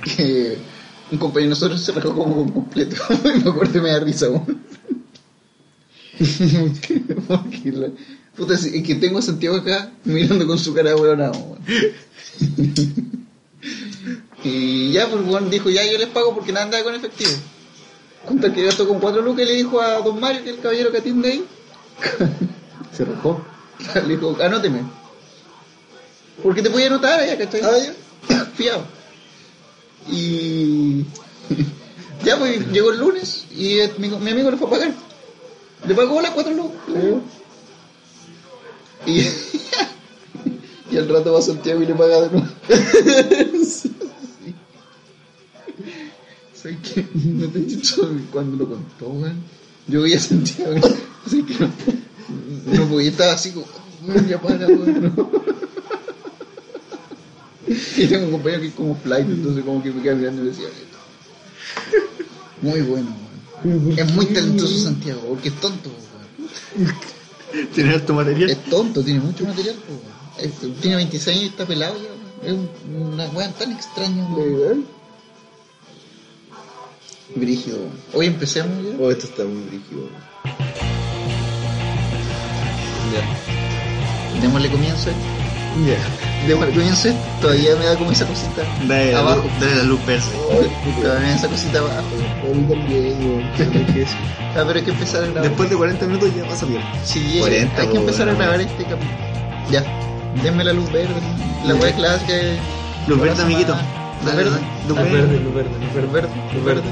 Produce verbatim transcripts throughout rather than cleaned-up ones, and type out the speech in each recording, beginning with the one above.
que un compañero de nosotros se rajó como con completo. Y me acuerdo y me da risa, weón. Porque la... Puta, es que tengo a Santiago acá mirando con su cara weón, weón. Y ya, pues weón dijo, ya yo les pago porque nada andaba con efectivo. Conta que gastó con cuatro lucas y le dijo a don Mario, que es el caballero que atiende ahí. Se rajó. Le dijo, anóteme. Porque te podía anotar allá, ¿cachai? Ah, ya. Fiado. Y ya pues llegó el lunes y mi, mi amigo le fue a pagar. Le pagó las cuatro lucas. Y, y al rato va a Santiago y le paga de nuevo. ¿Sabes qué? No te he dicho cuando lo contó, weón. Yo veía a Santiago. Así que no, no podía estar así como, weón, ya para, weón. No. Y tengo un compañero que es como flight, entonces como que me queda mirando y decía, muy bueno, weón. Es muy talentoso Santiago, porque es tonto, weón. ¿Tiene alto material? Es tonto, tiene mucho material, weón. Es, tiene veintiséis años y está pelado ya, weón. Es una weón tan extraña, weón. Brígido, weón. Hoy empecemos ya. Oh, esto está muy brígido. Ya. Démosle comienzo. Ya. Démosle comienzo. Todavía me da como esa cosita. Dale, abajo. Dale la luz verde. Todavía me da esa cosita abajo. A mí también, weón. Ah, pero hay que empezar a grabar. Después de cuarenta minutos ya pasa bien. Sí, cuarenta, hay que empezar bueno, a grabar este capítulo. Ya. Denme la luz verde. La wea clásica. de- Luz de la verde, amiguito. semana. Luz Dale, verde. dale. Luz Luz verde. verde, luz verde, luz Luz verde. verde. Luz verde.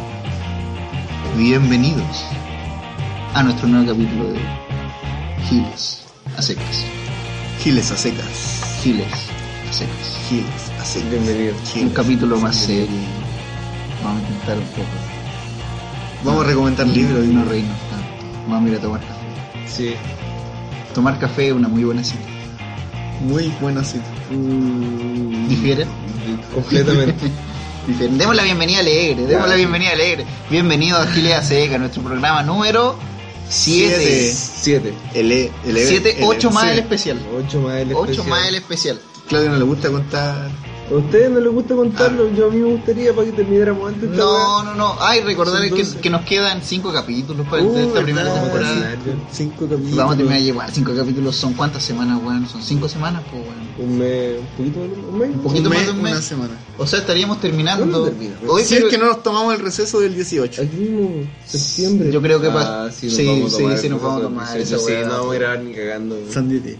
Bienvenidos a nuestro nuevo capítulo de Giles a secas. Giles a secas. Giles a secas. Giles a secas. Bienvenido. Un Giles. capítulo más serio. Vamos a intentar un poco. Vamos a recomendar libros. y y no reírnos tanto. Vamos a ir a tomar café. Sí. Tomar café es una muy buena cita. Muy buena cita. Mm, ¿Difieren? completamente. Difieren. Demos la bienvenida alegre. Demos la bienvenida alegre. Bienvenido a Giles a Seca, nuestro programa número siete. Siete. El E. El E. siete, el E- ocho más sí. el especial. Ocho más el ocho especial. más el especial. Claudio no le gusta contar. ¿A ustedes no les gusta contarlo? Yo a mí me gustaría para que termináramos antes esta No, weá. no, no. Ay, recordar que, Entonces- que nos quedan cinco capítulos para Uh, esta primera verdad, temporada. verdad. Cinco capítulos. Vamos a terminar de llevar cinco capítulos. ¿Son cuántas semanas, weón? Son cinco semanas, pues, weón. Un mes, un poquito más de un mes. Un poquito Un más mes, de un mes. una semana. O sea, estaríamos terminando. ¿Cuándo termina? Hoy, Si pero- es que no nos tomamos el receso del dieciocho. Aquí mismo, septiembre. Yo creo que pa- Ah, sí, nos sí, vamos a sí, tomar sí, el nos vamos a proceso tomar del esa dieciocho. Sí, weá. no vamos a grabar ni cagando. weón. San Diego.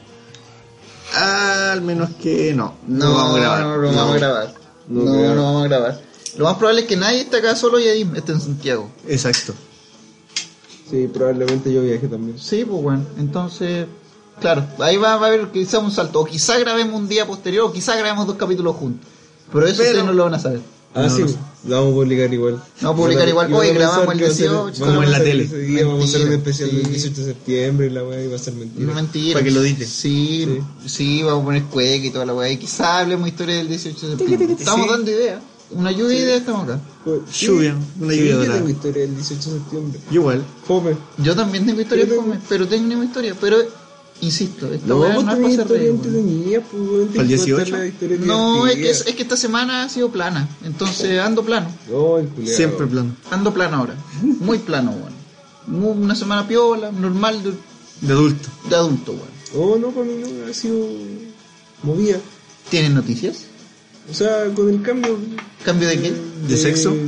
Al menos que no. No, No vamos a grabar. No, no, No. vamos a grabar. No, No, creo. no vamos a grabar. Lo más probable es que nadie esté acá, solo Yadim esté en Santiago. Exacto. Sí, probablemente yo viaje también. Sí, pues bueno, entonces, claro, ahí va, va a haber quizá un salto. O quizá grabemos un día posterior, o quizá grabemos dos capítulos juntos. Pero eso Pero- ustedes no lo van a saber. Ah, No, sí, no sé. lo vamos a publicar igual. Vamos a publicar igual. Y Hoy van a grabamos pensar el que va a ser- dieciocho, van a como en la pensar tele. que ese día vamos a hacer un Mentira, especial sí. del dieciocho de septiembre y la weá iba a ser mentira. No mentira. Para que lo dites. Sí, sí, vamos a poner cueca y toda la weá. Y quizá hablemos historia del dieciocho de septiembre. Estamos Sí. dando ideas. Una lluvia de ideas estamos acá. Pues, Lluvia, una sí, lluvia yo dorada. tengo historia del dieciocho de septiembre. Igual. Fome. Yo también tengo historia, Yo tengo- pero tengo una historia. Pero, insisto, esta No, weá vos no es tenés para hacer historia reír, weón. entretenida, pues, weón. ¿Para el tenés que contar dieciocho? la historia No, es que, divertida. es que esta semana ha sido plana. Entonces ando plano. No, el culiao. Siempre plano. Ando plano ahora. Muy plano, weón. Muy- Una semana piola, normal de, De adulto. de adulto, weón. Oh, no, para mí no, ha sido movida. ¿Tienen noticias? O sea, con el cambio. ¿Cambio de qué? ¿De sexo? De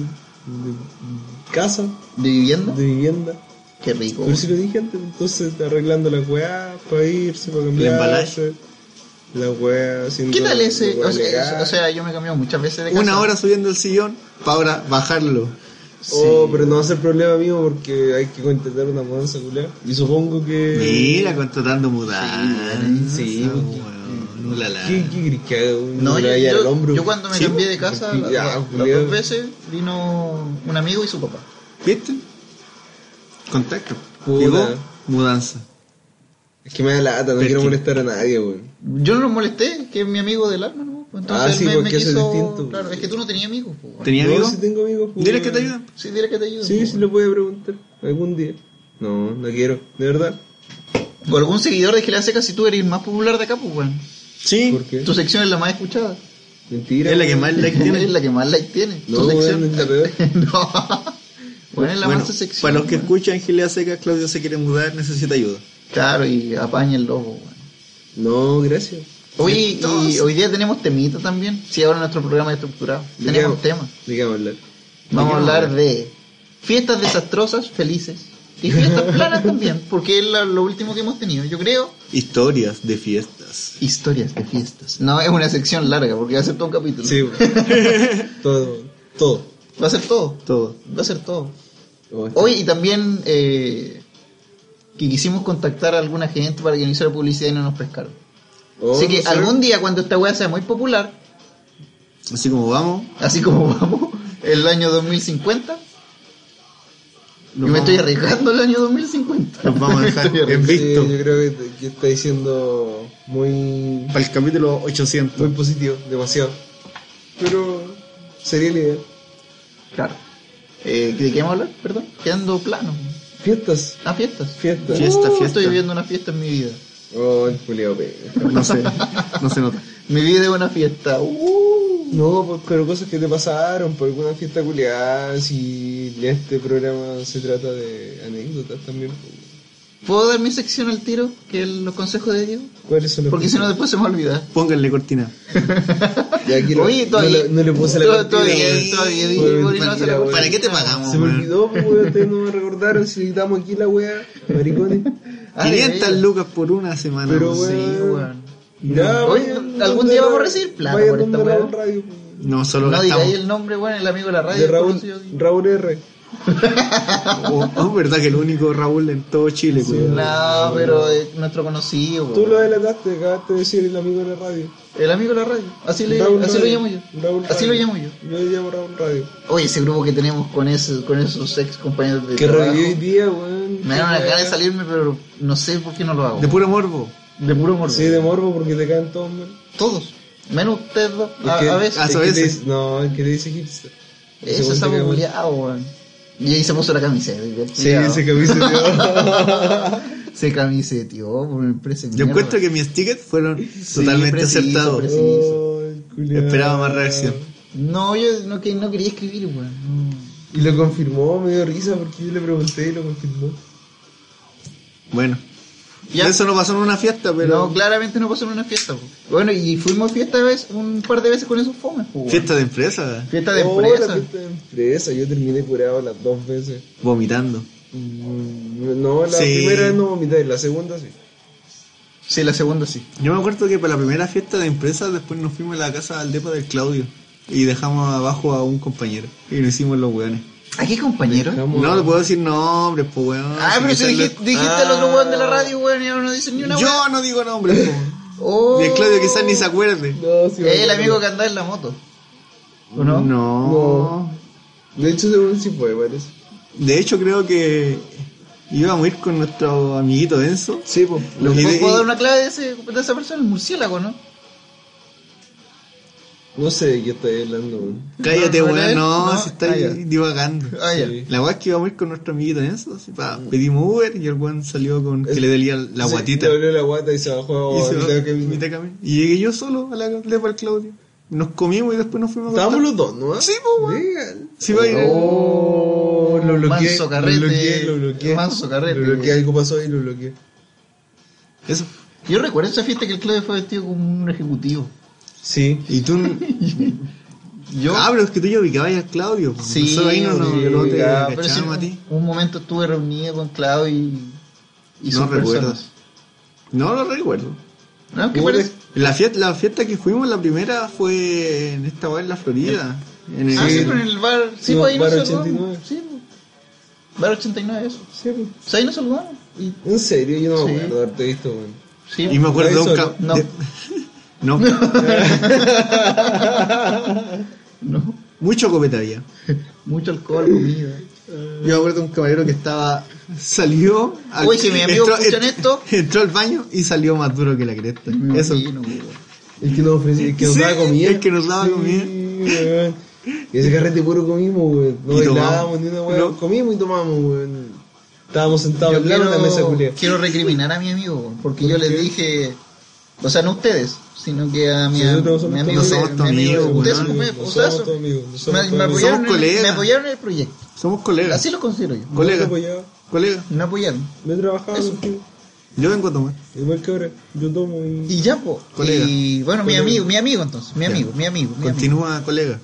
casa, ¿De vivienda? de vivienda. Qué rico. Pero si lo dije antes, entonces arreglando la weá para irse, para cambiarse. La weá haciendo. ¿Qué tal ese? la weá O sea, legal. o sea, yo me he cambiado muchas veces de casa. Una hora subiendo el sillón para ahora bajarlo. Oh, pero no va a ser problema mío porque hay que contratar una mudanza culiao. Y supongo que. Mira, contratando mudanza. Sí, weón, ulala. ¿Qué, qué querés que haga? Un- No, le yo, vaya al yo, hombro? yo cuando me Sí, cambié de casa, sí, la- ya, la- las culiao. dos veces vino un amigo y su papá. ¿Viste? Contacto. Puta. Llegó, mudanza. Es que me da lata, no Pero quiero que- molestar a nadie, weón. Yo no lo molesté, que es mi amigo del alma, ¿no? Entonces Ah, él sí, me, porque me eso es quiso... distinto. Claro, es que tú no tenías amigos, po, weón. ¿Tenía No, amigos? si tengo amigos, pues, Dile que te weón. ayudan. Sí, dile que te ayude. Sí, po, sí lo voy a preguntar algún día. No, no quiero, de verdad. O algún seguidor de Giles a Secas si tú eres el más popular de acá, pues, weón. Sí. ¿Por qué? Tu sección es la más escuchada. Mentira. Es la que más like tiene. Es la que más like tiene. No, Tu sección. weón, es la peor. No. Bueno, es la Bueno, más sección. para los que weón. escuchan Gilea Seca, Claudio se quiere mudar, necesita ayuda. Claro, y apaña el lobo, weón. No, gracias. Oye, y Entonces- hoy día tenemos temita también. Sí, ahora nuestro programa es estructurado. ¿De Tenemos qué- temas. ¿De qué vamos a hablar? Vamos a qué hablar vamos a de fiestas desastrosas, felices. Y fiestas planas también, porque es la- lo último que hemos tenido. Yo creo, Historias de fiestas. historias de fiestas. No, es una sección larga, porque va a ser todo un capítulo. Sí, weón. todo, todo. Va a ser todo. Todo. Va a ser todo. Oh, está- Hoy y también eh, que quisimos contactar a alguna gente para que nos hiciera publicidad y no nos pescaron. oh, Así que no sé. algún día cuando esta weá sea muy popular, Así como vamos. así como vamos, el año dos mil cincuenta, nos yo me vamos- estoy arriesgando el año dos mil cincuenta. Nos vamos a dejar Estoy en arriesgando. Sí, visto. yo creo que, que está diciendo muy, Para el capítulo ochocientos. muy positivo, demasiado. Pero sería la idea. Claro. Eh, ¿De qué vamos a hablar? Perdón. Quedando plano. Fiestas, Ah, fiestas. fiestas. Fiesta, Uh, fiesta. Estoy viviendo una fiesta en mi vida. Oh, el culiao pega. No sé, no se nota. Mi vida es una fiesta. Uh. No, pues, pero cosas que te pasaron por alguna fiesta culiada. Si este programa se trata de anécdotas también. pues. ¿Puedo dar mi sección al tiro? Que es los consejos de Dios. ¿Cuáles son los Porque si no después se me olvida. Pónganle cortina. Ya aquí lo- Oye, todavía. no, le, no le puse la to- cortina, Todavía, weón. todavía. Weón, Todavía no se la tranquila, weón. ¿Para qué te pagamos? Se me weón? olvidó, pues, weón, ustedes no me recordaron si damos aquí la weá, maricones. Ah, quinientas de lucas por una semana. Pero, weón. Sí, weón. weón. Ya, Oye, vayan algún donde día la- vamos a recibir plata vayan por esta donde la weá. radio, pues. No, solo No gastamos. digáis el nombre, bueno, el amigo de la radio. De Raúl, conocido. Raúl R. Oh, oh, verdad que el único Raúl en todo Chile, Sí. weón. No, pero es nuestro conocido. Tú weón. lo adelantaste, acabaste de decir el amigo de la radio. El amigo de la radio. Así, le, Raúl así lo Radio. llamo yo. Raúl Así Radio. lo llamo yo. Yo le llamo Raúl Radio. Oye, ese grupo que tenemos con, ese, con esos ex compañeros de Que trabajo. revivió hoy día, weón. Me dan una ganas de salirme, pero no sé por qué no lo hago. De puro morbo. De puro morbo. Sí, de morbo porque te caen todos mal. Todos. Menos ustedes dos. Es A, que- a veces. a es su que vez. te dice- No, el que te dice hipster. Ese Según está te cae mal. buleado, weón. Y ahí se puso la camiseta. el Sí, culiao. ese camiseta. Se camiseteó por una empresa de Yo mierda. encuentro que mis tickets fueron totalmente preciso, acertados. preciso. Oh, el culiao. Esperaba más reacción. No, yo no, que, no quería escribir, weón. No. Y lo confirmó, me dio risa porque yo le pregunté y lo confirmó. Bueno, Ya. eso no pasó en una fiesta, pero. No, claramente no pasó en una fiesta, po. Bueno, y fuimos a fiesta vez, un par de veces con esos fomes, po, weón. Fiesta de empresa, Fiesta de Oh, empresa. la fiesta de empresa, yo terminé curado las dos veces. vomitando. Mm, No, la Sí. primera vez no vomité, la segunda sí. Sí, la segunda sí. Yo me acuerdo que para la primera fiesta de empresa después nos fuimos a la casa al depa del Claudio y dejamos abajo a un compañero y nos hicimos los weones. ¿A qué compañero? Dejamos- No le puedo decir nombres, pues weón. Ah, pero si quizás dijiste, lo- dijiste al otro weón de la radio, weón, y ahora no dicen ni una Yo weón. no digo nombres, pues. Oh. Y el Claudio quizás ni se acuerde. No, sí, me Es el acuerdo. amigo que anda en la moto. ¿O no? No. De hecho, según sí fue, parece. De hecho, creo que íbamos a ir con nuestro amiguito Enzo. Sí, pues. Lo ¿Vos que de- puedo dar una clave de, ese, de esa persona? El murciélago, ¿no? No sé de qué estoy hablando, weón. Cállate, No, no, weón, no, no, si está ah, ya. divagando. Ah, ya. Sí. La weá es que íbamos a ir con nuestro amiguito Enzo. Así, pa, pedimos Uber y el weón salió con que le dolía la Sí, guatita. Le dolió la guata y se bajó Y, a se mitad va- de camino. mitad de camino. Y llegué yo solo a la depa del Claudio. Nos comimos y después nos fuimos a Estábamos acostar. los dos, ¿no? Sí, po, weón. Legal. Sí, va a ir. Oh, lo bloqueé. Manso carrete. Lo bloqueé, lo bloqueé. Manso carrete, Lo bloqueé, weón. algo pasó y lo bloqueé. Eso. Yo recuerdo esa fiesta que el Claudio fue vestido como un ejecutivo. Sí. Y tú. Yo. Ah, pero es que tú ya ubicabas a Claudio. Sí, Nosotros ahí no, no, sí, no te ubicaba, pero sí, cachábamos a ti. un momento estuve reunido con Claudio y, y No sus recuerdo. personas. No lo recuerdo. ¿No? ¿Qué Puta. parece? La fiesta, la fiesta que fuimos, la primera fue en esta weá en la Florida. En el, Ah, sí, pero en el bar. Sí, No, pues ahí bar nos ochenta y saludamos. nueve. Sí, pues. Bar ochenta y nueve, eso. Sí, pues. Pues ahí nos saludamos. Y, En serio, yo no me Sí. acuerdo de haberte visto, weón. sí, y me acuerdo de un Ahí ca- solo. No. de- no. no. Mucho copete había. Mucho alcohol, comida. Yo me acuerdo de un caballero que estaba. Salió. al- Oye, si mis amigos escuchan ent- esto. Entró al baño y salió más duro que la cresta. Eso. Imagino, weón. El que nos ofrecía, el que nos Sí, daba comida. el que nos daba Sí, comida. weón. Y ese carrete puro comimos, weón. No Y bailábamos tomamos. ni una weón. No. Comimos y tomamos, weón. Estábamos sentados Yo al lado de quiero, la mesa culia. quiero recriminar a mi amigo, porque yo ¿Por les qué? dije, O sea, no ustedes, sino que a mi, Sí, nosotros somos mi amigo. todos de- amigos. mi amigo de- Somos ustedes todos son amigos, como- No o sea, somos son- todos amigos, no me, somos me todos amigos. apoyaron Somos en, colegas. me apoyaron en el proyecto. Somos colegas. Así lo considero yo. Colega. No te apoyaba, Colega. Me apoyaron. me he trabajado Eso. contigo. Yo vengo a tomar. Igual que ahora, yo tomo y... Y ya, po. Colega. Y bueno, mi Colega. amigo, mi amigo entonces, mi Ya. amigo, mi amigo, mi amigo. Continúa, colega.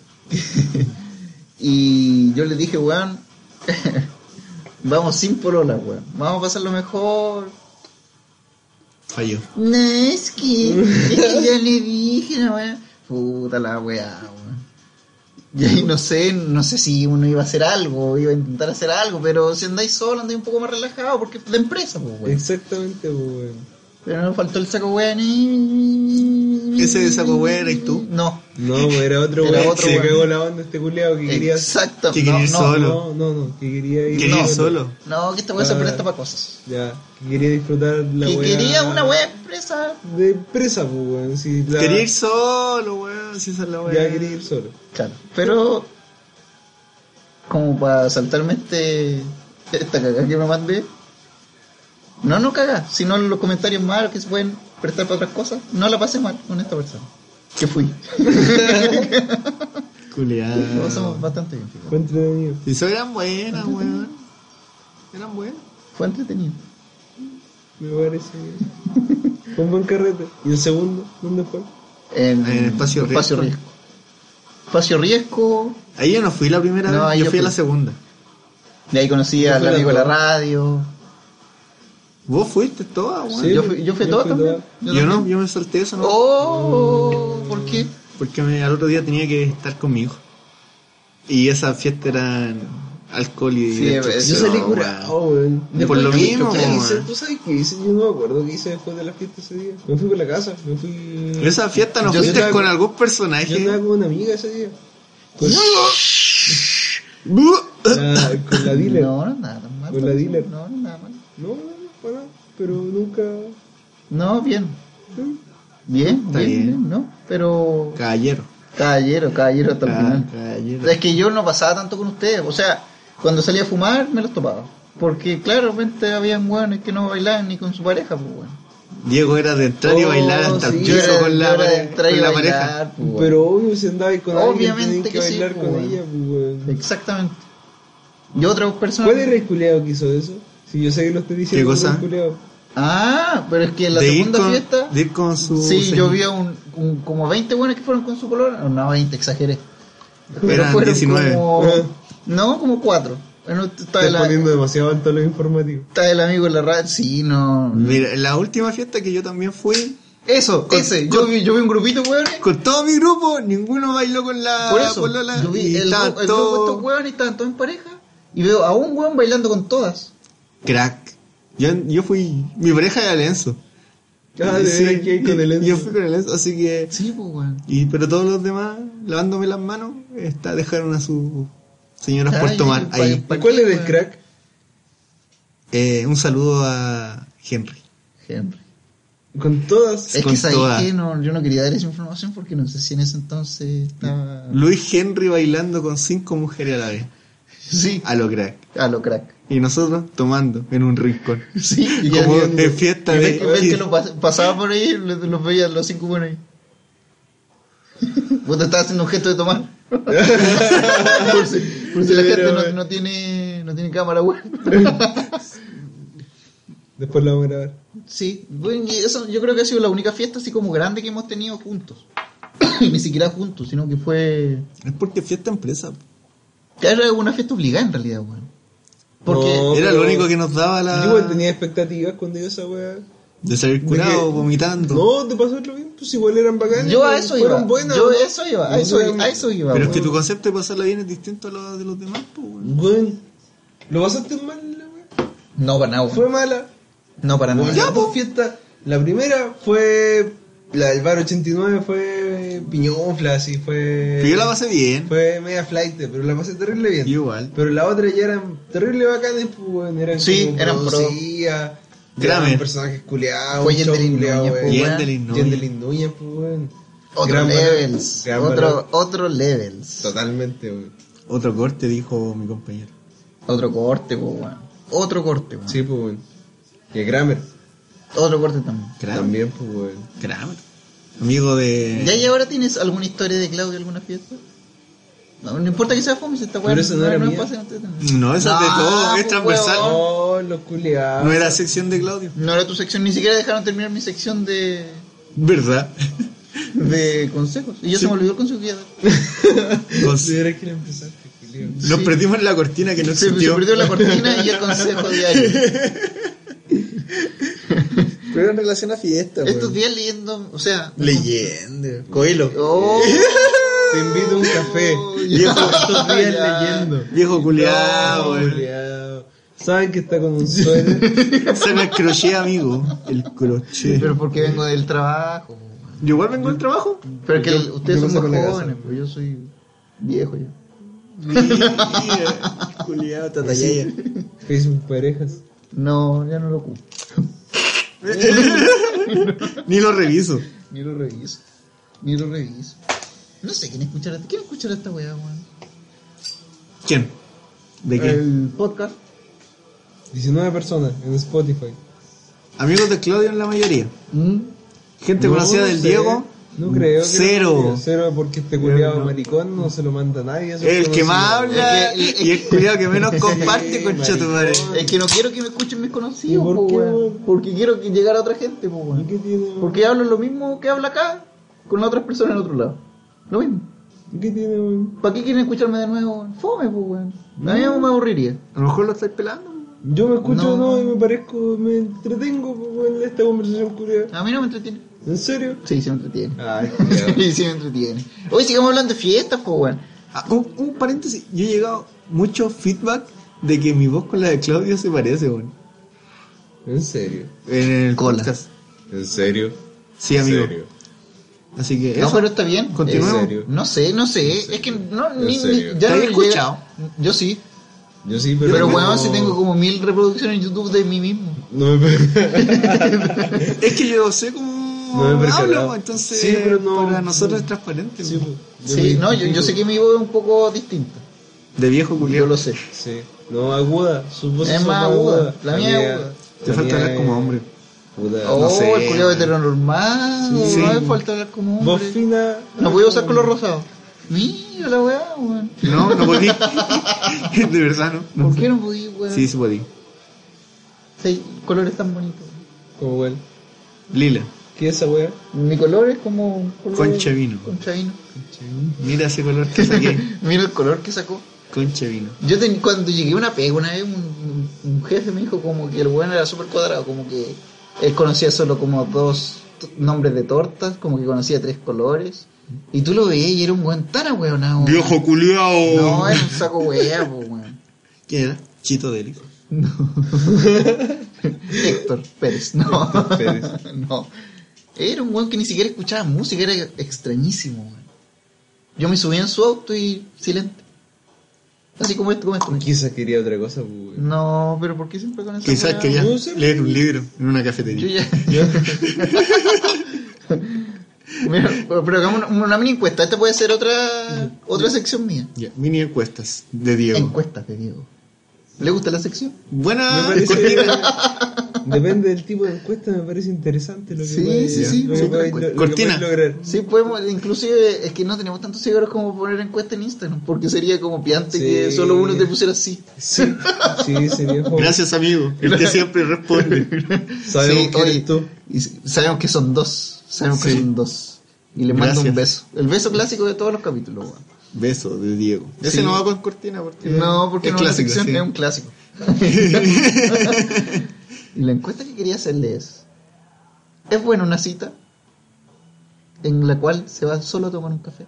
Y yo le dije, weón, vamos sin polola, weón. Vamos a pasarlo mejor. Falló. No, es que, es que ya le dije, no, weón. Puta la weá, weón. Y ahí no sé, no sé si uno iba a hacer algo, iba a intentar hacer algo, pero si andáis solo, andáis un poco más relajado, porque es la empresa, pues, weón. Exactamente, pues, weón. Pero nos faltó el saco weón. y- ¿Ese de saco weón eres tú? No. No, pues era otro Era weón. otro Se weón. cagó la onda este culiao que quería... Exacto. Que quería ir no, solo. No, no, no, que quería ir... Quería ir No. solo. No, que esta weá se Ah. presta para cosas. Ya, que quería disfrutar la Que weá... quería una weá empresa. De empresa, pues, weón. Si la... Quería ir solo, weón. Si esa es la weón. Ya quería ir solo. Claro. Pero, como para saltarme este esta cagada que me mandé. No, no caga, sino los comentarios malos que se pueden prestar para otras cosas. No la pasé mal con esta persona. Que fui. Lo Culeado. pasamos bastante bien, fíjate. Fue entretenido. Si eso eran buenas, weón. Eran buenas. Fue entretenido. Me parece bien. Fue un buen carrete. ¿Y el segundo? ¿Dónde fue? En, En Espacio Espacio Riesgo. Riesgo. Espacio Riesgo. Ahí yo no fui la primera No, vez, ahí yo yo fui a fui. la segunda. De ahí conocí Yo al fui a la amigo de la toda. radio. Vos fuiste toda, weón. Sí. yo fui, yo fui yo todo fui también. toda. Yo, también. no, yo me salté eso, ¿no? Oh, ¿por qué? Porque me- al otro día tenía que estar con mi hijo. Y esa fiesta era alcohol y Sí, destrucción, Yo salí weón. curado, weón. Por lo ¿Qué- mismo, ¿qué weón. hice? ¿Tú sabes qué hice? Yo no me acuerdo qué hice después de la fiesta ese día. Me fui por la casa, me fui... Esa fiesta no Yo fuiste estaba- con algún Yo personaje. andaba con una amiga ese día. Con, Buh. la, con la dealer. No, no es nada tan mal. Con la dealer. No, no es nada mal. No, no, no, para nada. Pero nunca... No, bien. ¿sí? Bien, Está bien, bien. bien, ¿no? Pero... Caballero. Caballero, caballero hasta el Ca- final. caballero. Es que yo no pasaba tanto con ustedes. O sea, cuando salía a fumar me los topaba. Porque, claro, de repente habían hueones que no bailaban ni con su pareja, pues, bueno. Diego era de entrar y Oh, bailar hasta sí, el Yo piso era, con yo la, era de pare- entrar y con la bailar, pareja. pues, bueno. Pero obvio, si andabas con alguien, Obviamente tenías que, que sí, bailar pues, con weón. ella, pues, weón. Exactamente. Y otras personas... ¿Cuál era el culiao que hizo eso? Si yo sé que lo estoy diciendo. ¿Qué cosa? el culiao. Ah, pero es que en la de ir segunda con, fiesta... de ir con su Sí, señor. yo vi a un, un- como veinte buenos que fueron con su color. No, veinte, exageré. Pero Eran fueron diecinueve. como... Ah. No, como cuatro. Bueno, estaba, Estás el, poniendo demasiado alto lo informativo. estaba el amigo en la radio. Sí, no. Mira, en la última fiesta que yo también fui, Eso, Con- ese. con- Yo vi, yo vi un grupito, weones. con todo mi grupo, ninguno bailó con la Por eso, polola yo vi y el, estaban gru- el grupo de todos estos weones estaban todos en pareja. Y veo a un weón bailando con todas. crack. Yo, yo fui, mi pareja era el Enzo. Ah, de Sí, veras que hay con el Enzo. Yo fui con el Enzo, así que... Sí, pues, weón. Y, pero todos los demás, lavándome las manos, está, dejaron a sus señoras Ay, por tomar pa- ahí. pa- ¿Y cuál qué, era el weón? crack? Eh, un saludo a Henry. Henry. Con todas. Es Con que sabéis todas. que no, yo no quería dar esa información porque no sé si en ese entonces estaba. Luis Henry bailando con cinco mujeres a la vez. Sí, A lo crack. a lo crack. Y nosotros tomando en un rincón. Sí, y Como ya- de fiesta y de... ves que, ves que lo pas- pasaba por ahí, los, los veía los cinco buenos ahí. Vos te estabas haciendo un gesto de tomar. por si, por si la Sí, gente pero, no, eh. no tiene no tiene cámara web. Después la vamos a grabar. Sí, bueno, y eso yo creo que ha sido la única fiesta así como grande que hemos tenido juntos. Y ni siquiera juntos, sino que fue... Es porque fiesta empresa. Que era una fiesta obligada en realidad, weón. Porque... No, Era pero lo único que nos daba la... Yo igual tenía expectativas cuando iba a esa weá. de salir De curado, que- vomitando. No, te pasó otro bien, pues igual eran bacanas. Yo a pues, eso fueron iba. buenas, Yo ¿no? a eso iba, a eso, Fueron- a eso iba. Pero es que weón. tu concepto de pasarla bien es distinto a lo de los demás, pues, weón. Bueno, ¿lo pasaste mal la weá? No, para nada, weón. Fue mala. No, para nada. Bueno, las dos fiestas. La primera fue. La del bar ochenta y nueve fue piñonfla, así fue. Pero yo la pasé bien. Fue media flight, pero la pasé terrible bien. Yo igual. Pero la otra ya eran terrible bacanes, pues, weón, eran Sí, como eran pro. producidas, Kramer. eran personajes culeados, Fue un show Yendelin culeado, Núñez, weón. pues, weón. Yendelin Núñez. Yendelin Núñez, pues, weón. Otro Gran levels. valor, gran Otro, valor. otro levels. Totalmente, weón. Otro corte, dijo mi compañero. Otro corte, po, weón. Otro corte, weón. Sí, pues, weón. Y el Kramer. Otro corte también. Kramer. También, pues, weón. Kramer. Amigo de... ¿Ya y ahora tienes alguna historia de Claudio, alguna fiesta? No, no importa que sea fome, si esta weá Pero esa no era no es mía. pase, no te- No, eso es de No, todo, es pues, transversal. weón. Oh, los culiados. No era sección de Claudio. No era tu sección, ni siquiera dejaron terminar mi sección de, ¿Verdad? de consejos. Y yo Sí. se me olvidó el consejo que iba a dar. Considera que la empezaste, culiao. Nos Sí. perdimos en la cortina que no Se, se existió. perdió la cortina y el consejo diario. Pero en relación a fiesta, Estos días leyendo, o sea... Leyenda. Coelho. Oh, Te invito a un café. ya, Estos días ya. leyendo. Viejo culiao, No, weón. culiao. ¿Saben que está con un suéter? Se me crochet, amigo. El crochet. Pero porque vengo del trabajo. Yo igual vengo del trabajo. Pero que Yo- el- ustedes yo son paso muy con la jóvenes, casa. pues yo soy viejo ya. Mira, culiao, tatayaya. Facebook parejas. No, ya no lo ocupo. Ni lo reviso. Ni lo reviso. Ni lo reviso. No sé quién escuchará. ¿Quién escuchará esta weá, weón? ¿Quién? ¿De qué? El podcast. diecinueve personas en Spotify. Amigos de Claudio en la mayoría. ¿Mm? Gente No conocida del sé. Diego. No creo que Cero. no, cero porque este culiado No. maricón no se lo manda a nadie. eso es El que conocido. más habla Es que- y el culiao que menos comparte Sí, con tu madre. maricón. Es que no quiero que me escuchen mis conocidos, ¿Y por po, qué, weón. weón? Porque quiero que llegar a otra gente, po, ¿Y weón. qué tiene? weón? Porque hablo lo mismo que habla acá con las otras personas en otro lado. Lo mismo. ¿Y qué tiene, weón? ¿Para qué quieren escucharme de nuevo? weón? Fome, pues, weón. A mí me aburriría. A lo mejor lo estáis pelando. Yo me escucho No. no, y me parezco, me entretengo pues, weón, en esta conversación culiada. A mí no me entretiene. ¿En serio? Sí, sí me entretiene. Ay, culiao. Sí, sí me entretiene. Hoy sigamos hablando de fiestas, pues, weón. Ah, un, un paréntesis. Yo he llegado mucho feedback de que mi voz con la de Claudio se parece, weón. ¿En serio? En el Cola. podcast. ¿En serio? Sí, ¿En amigo. serio? Así que No, eso. pero está bien. Continuemos. ¿En serio? No sé, no sé. ¿En serio? Es que no, ¿En ni, serio? ni- ya ¿Te no has me escuchado? llega. Yo sí. Yo sí, pero... Pero, no- weón, si tengo como mil reproducciones en YouTube de mí mismo. No me... Es que yo sé cómo No me he percatado. hablo, pues, entonces Sí, pero no- para nosotros es transparente. Sí, pues. pues, Sí, yo no, me yo, yo sé que mi voz es un poco distinta. De viejo Yo culiao. lo sé. Sí. No, aguda. Sus voces Es son más aguda. La mía es aguda. Te falta hablar como hombre. Puta. Oh, no sé, el culiado weón. heteronormado. Sí. No me falta hablar como Voz hombre. fina. No voy a usar color rosado. Mira la weá, weón. No, no podí. De verdad, no. no. ¿Por qué no podí, weón? Sí, sí podí. Sí, colores tan bonitos. Como weón. Lila. ¿Qué es esa wea? Mi color es como un color... Concha vino. Concha vino. Mira ese color que saqué. Mira el color que sacó. Concha vino. Yo ten- cuando llegué a una pega una vez, un, un- un jefe me dijo como que el weón era súper cuadrado, como que él conocía solo como dos t- nombres de tortas, como que conocía tres colores. Y tú lo veías y era un weón tan ahueonado. weón. culiao. No, era un saco weá, po, weón. ¿Quién era? Chito Deli. Héctor Pérez, no. Pérez. No. Era un weón que ni siquiera escuchaba música, era extrañísimo, weón. Yo me subí en su auto y silente. Así como esto, como esto. Quizás quería otra cosa, pues, weón. No, pero ¿por qué siempre con esa Quizás weá? quería no sé. leer un libro en una Yo cafetería. ya. Mira, pero hagamos una, una mini encuesta. Esta puede ser otra otra sección mía. Ya, mini encuestas de Diego. Encuestas de Diego. ¿Le gusta la sección? Buena. Me parece cortina. Depende del tipo de encuesta, me parece interesante lo que Sí, podéis- sí, sí, lo que súper podéis- encuesta. lo que Cortina. podéis lograr. Sí, podemos, inclusive es que no tenemos tantos seguidores como poner encuesta en Instagram, porque sería como piante Sí. que solo uno te pusiera así. Sí, sí, sería como... Gracias, amigo. El que siempre responde. Sabemos Sí, que eres oye, tú. y s- sabemos que son dos, sabemos que Sí. son dos. Y le mando un Gracias. beso. El beso clásico de todos los capítulos, weón. Beso de Diego. Ese Sí. no va con cortina porque. No, porque es no es una clásico. sección, sí. es un clásico. Y la encuesta que quería hacerle es: ¿es buena una cita en la cual se va solo a tomar un café?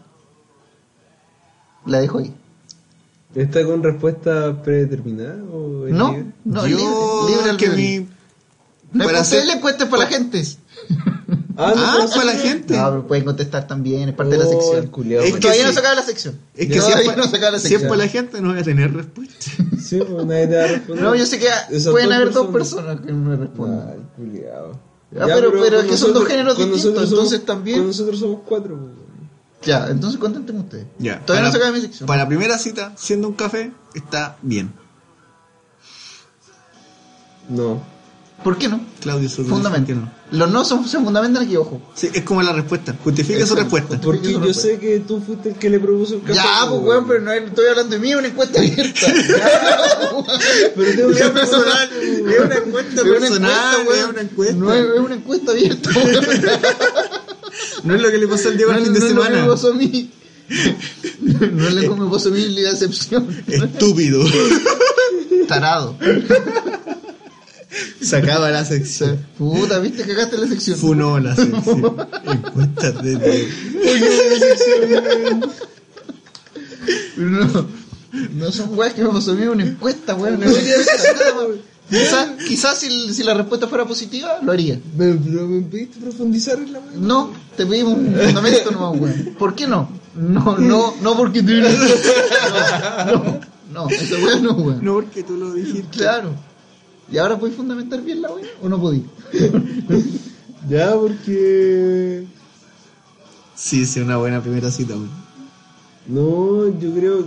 La dejo ahí. ¿Está con respuesta predeterminada o es No, libre? no, Yo, libre, libre que albedrío. mi. No es para para ustedes hacer- la encuesta, es para la gente. Ah, no, Ah, pero para la sí. gente. No, pero pueden contestar también, es parte de la Oh, el sección. culiao, Es man. que Todavía sí. no se acaba la sección. Es que si Todavía es, no se acaba la pa- si es sección. para la gente, no voy a tener respuesta. Sí, pues nadie te va a responder. No, yo sé que Esas pueden dos haber dos personas. personas que me respondan. Ay, culiao. Ah, pero- pero es con que son dos géneros con distintos, nosotros entonces somos- también- Con nosotros somos cuatro, pues. Ya, entonces conténtenme ustedes. Ya. Todavía no se para, acaba mi sección. para la primera cita, siendo un café, está bien. No. ¿Por qué no? Claudio Soto. Fundamento. ¿Por qué no? Los no son, se fundamentan aquí, ojo. Sí, es como la respuesta. Justifica su Exacto. respuesta. Porque Eso no yo fue. sé que tú fuiste el que le propuso el café. Ya, pues, weón, pero no es- estoy hablando de mí, es una encuesta abierta. Pero tengo que Es personal, es una encuesta Es una personal, encuesta, es weón. una encuesta. No es, es una encuesta abierta, weón. No es lo que le pasó al Diego No, el no fin de es lo que me semana. pasó a mí. No es lo que me pasó a mí la excepción. Estúpido. Tarado. Sacaba la sección. Puta, viste, cagaste la sección. Funó la sección. Encuestas de Diego. No, no son weas que me pasó a mí, una encuesta, weón. No Quizás quizás si, si la respuesta fuera positiva, lo haría. Pero, pero me pediste profundizar en la weá. No, te pedimos un fundamento nomás, weón. ¿Por qué no? No, no, no porque tú... No, no, no, esa weá no, weón. No, porque tú lo dijiste. Claro. ¿Y ahora podéis fundamentar bien la weá o no podéis? Ya, porque. Sí, sí, una buena primera cita, weón. No, yo creo.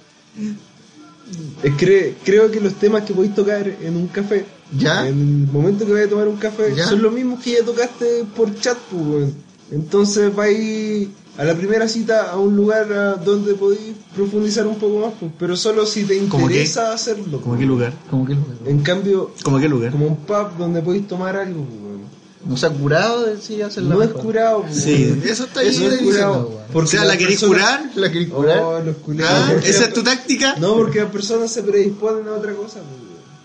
Es que creo que los temas que podéis tocar en un café, ¿Ya? en el momento que vais a tomar un café, ¿Ya? son los mismos que ya tocaste por chat, pues, weón. Entonces vais a la primera cita a un lugar a donde podéis profundizar un poco más, pues, pero solo si te ¿Cómo qué? interesa hacerlo. ¿Cómo pues. qué lugar? Como que lo En cambio, ¿Cómo qué lugar? como un pub donde podéis tomar algo, pues, weón. no se ha curado de sí hacer la No es mejor. curado, pues, Sí, weón. eso está ahí. Eso No es estoy diciendo, curado. weón. O sea, ¿la las querés personas- curar? ¿La queréis curar? Oh, los culiados. ¿Ah? Porque ¿Esa la- es tu táctica? No, porque las personas se predisponen a otra cosa, pues,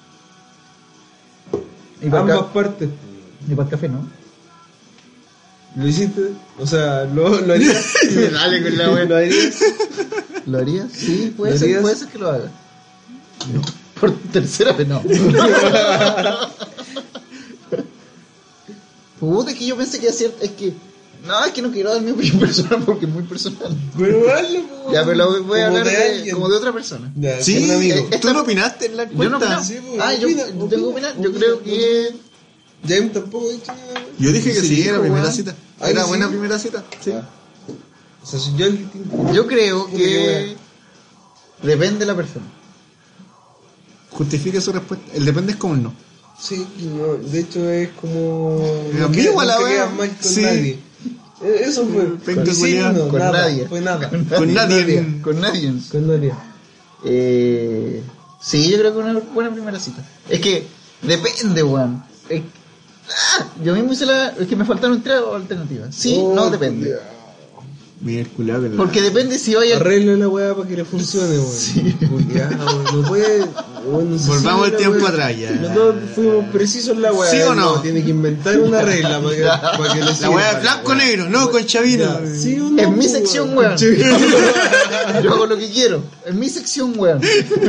Y weón. para, Ambas el partes. ca- y para el café, ¿no? ¿Lo hiciste? O sea, ¿lo, lo harías? Dale con la ¿Lo buena. harías? ¿Lo harías? Sí, puede ¿Lo ser, harías? puede ser que lo haga. No. Por tercera vez no. Puta, es que yo pensé que era cierto. Es que. No, es que no quiero dar mi opinión personal porque es muy personal. Pero hazlo, pues. Ya, pero lo voy a Como hablar de de, alguien. como de otra persona. Ya, Sí, como un amigo. eh, tú no opinaste en la Yo no encuesta. opino. Sí, pues, Ah, yo, opina, yo tengo opina, que opinar. Yo opina, creo que. James tampoco ha dicho nada. Yo dije que sí, Sí, era dijo, primera weón. cita. Ah, Era ¿sí? buena primera cita. Sí. O sea, soy yo el distinto. Yo creo Puta, qué que. Depende de la persona. Justifique su respuesta. El depende es como el no. Sí, no, de hecho es como. Pero no ambigua la no wea. quedas mal con Sí. nadie. Eh, Eso fue. Penca Con, sí, culiao. no, Con nada, nadie. Fue nada. Con nadie. Con nadie. Con nadie. Eh, sí, yo creo que una buena primera cita. Es que depende, weón. Es que- ah, yo mismo hice la. Es que me faltaron tres alternativas. Sí, Oh, no, depende. culiao. Mira el culiao que la- Porque depende si vaya. Arregla la weá para que le funcione, weón. Sí. No puede. weón, no sé Volvamos si el la tiempo weá- atrás ya. Nosotros fuimos precisos en la weá. ¿Sí o no? Tiene que inventar una regla para que, para que le La sirva weá la es blanco weá. negro, no con chavino. Ya, ¿sí o no, Es mi pues, sección, weón? weón. Yo hago lo que quiero. Es mi sección, weón.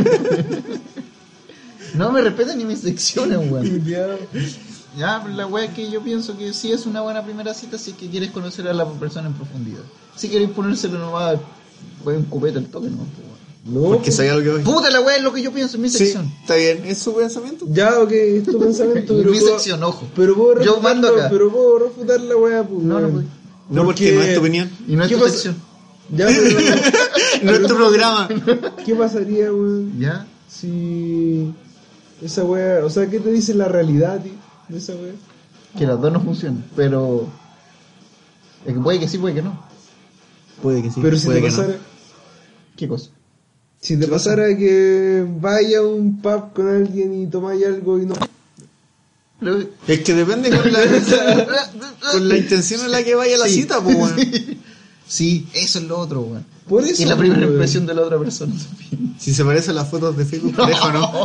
No me respetan ni mis secciones, weón. Ya. Ya, pero la weá es que yo pienso que sí es una buena primera cita si es que quieres conocer a la persona en profundidad. Si quieres ponérselo nomás, voy un cupete al toque, no, pues, weón. No, Porque pues, sabía lo que voy. Puta, la weá es lo que yo pienso en mi Sí, sección. está bien. ¿Es su pensamiento? ya, ok, es tu pensamiento. En pero mi puedo- sección, ojo. Pero puedo Yo refutarlo, mando acá. Pero puedo refutar la weá, pues. No, no weón. voy. No, porque no es tu opinión. Y no es ¿Qué tu pasa? sección. Ya, pero. No es tu programa. ¿Qué pasaría, weón? Ya. Si. Esa weá. O sea, ¿qué te dice la realidad, tío? De esa weá. Que las dos no funcionan, pero. Es que puede que sí, puede que no. Puede que sí. Pero si puede te que pasara. no. ¿Qué cosa? Si te pasara que vaya a un pub con alguien y tomáis algo y no. Pero- Es que depende con la, con la intención en la que vaya la Sí. cita, pues, weón. Sí, eso es lo otro, weón. Por eso. Y la primera weón. impresión de la otra persona también. Si se parecen las fotos de Facebook, pareja o no.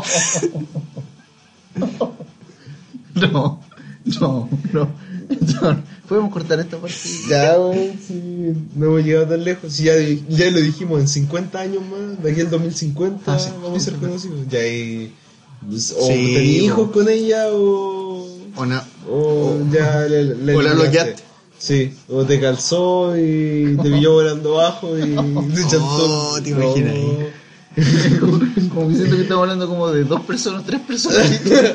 No, no, no. no. Podemos cortar esta parte. Ya, weón, sí. No hemos llegado tan lejos. Si ya, ya lo dijimos, en cincuenta años más, de aquí al dos mil cincuenta, Ah, sí. vamos a ser conocidos. Ya hay. pues, O Sí, tenés hijos weón. con ella o. O no. O ya le, le o la eliminaste. bloqueaste. Sí, o te calzó y te pilló volando abajo y te chantó. Oh, te imaginas ahí. Como que siento que estamos hablando como de dos personas, tres personas.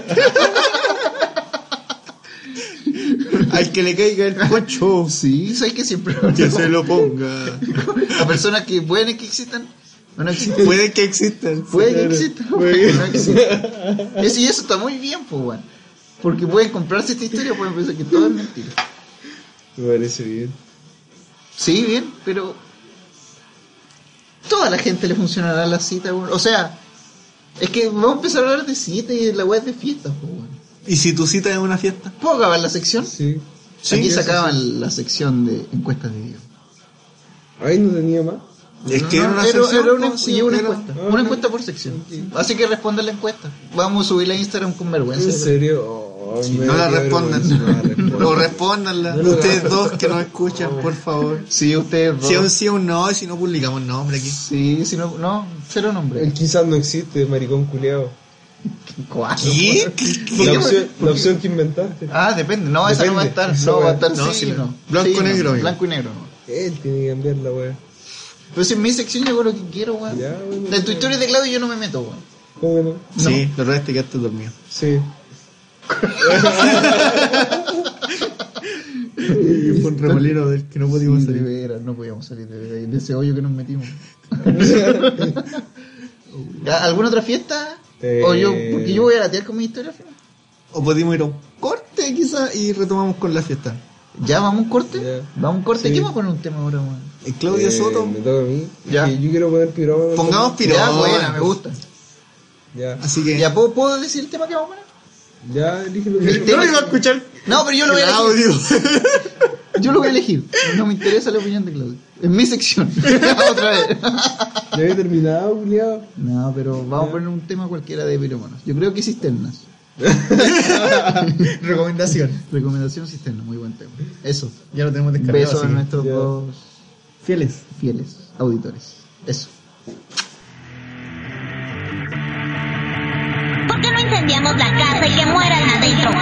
Al que le caiga el pocho, Sí, sabes que siempre. que se lo ponga. A personas que pueden que existan o no existen. Puede que existan. Puede que Claro. existan, Puede puede que que- no existan. Eso, y eso está muy bien, pues, weón. Porque pueden comprarse esta historia, pueden pensar que todo es mentira. Me parece bien. Sí, bien, pero toda la gente le funcionará la cita, weón. O sea, es que vamos a empezar a hablar de cita y la weá es de fiestas, weón. ¿Y si tu cita es una fiesta? ¿Puedo acabar la sección? Sí. Aquí Sí, se eso acaba sí. la sección de encuestas de video. Ay, no tenía más. Es que No, era una era, sección, era una, pues, sí, y una era- encuesta. Ah, Una no. encuesta por sección. Sí. Así que respondan la encuesta. Vamos a subirla a Instagram con vergüenza. ¿En serio? Oh, Sí, me no la da respondan. vergüenza, no la respondan. O respóndanla. No lo Ustedes hagan. dos que nos escuchan, por favor. Sí, ustedes dos. Si es un sí o un no, y si no publicamos nombre aquí. Sí, si no, no, cero nombre. Él quizás no existe, maricón culiao. Cuatro. ¿Qué? ¿Qué? La ¿Qué? opción, la opción que inventaste. Ah, depende. No, esa no va a estar. Depende. No, Esa va a wea. estar No, sí, sí, no. blanco Sí, y negro, no, amigo. blanco y negro, no. Él tiene que cambiar la wea. Pero si en mi sección yo hago lo que quiero, weón. Ya, bueno, En tu bueno. historia de Claudio yo no me meto, weón. ¿Cómo que no? Sí, la otra vez te quedaste dormido. Sí. Y fue un remolino del que no podíamos Sí, de salir. veras, no podíamos salir de, ahí, de ese hoyo que nos metimos. ¿Alguna otra fiesta? Eh, O yo, porque yo voy a latear con mi historia. Fino. O podíamos ir a un corte quizás y retomamos con la fiesta. ¿Ya vamos a un corte? Ya. ¿Vamos a un corte? Sí. ¿Qué vamos a poner un tema ahora, weón? El Claudio Eh, Soto. Me toca a mí. Ya. Que yo quiero poner pirómano. Pongamos pirómano. Ya, buena, me gusta. Ya. Así que. ¿Ya puedo, puedo decir el tema que vamos a poner? Ya, elige lo que El yo- tema- iba a escuchar. No, pero yo lo voy a el elegir. audio. Yo lo voy a elegir. No me interesa la opinión de Claudio. Es mi sección. Otra vez. Ya había terminado, culiao. No, pero vamos a poner un tema cualquiera de pirómanos. Yo creo que cisternas. Recomendación. Recomendación cisterna, muy buen tema. Eso. Ya lo tenemos descargado. Besos a así que- nuestros ya. dos Fieles. fieles auditores. Eso. ¿Por qué no incendiamos la casa y que mueran adentro?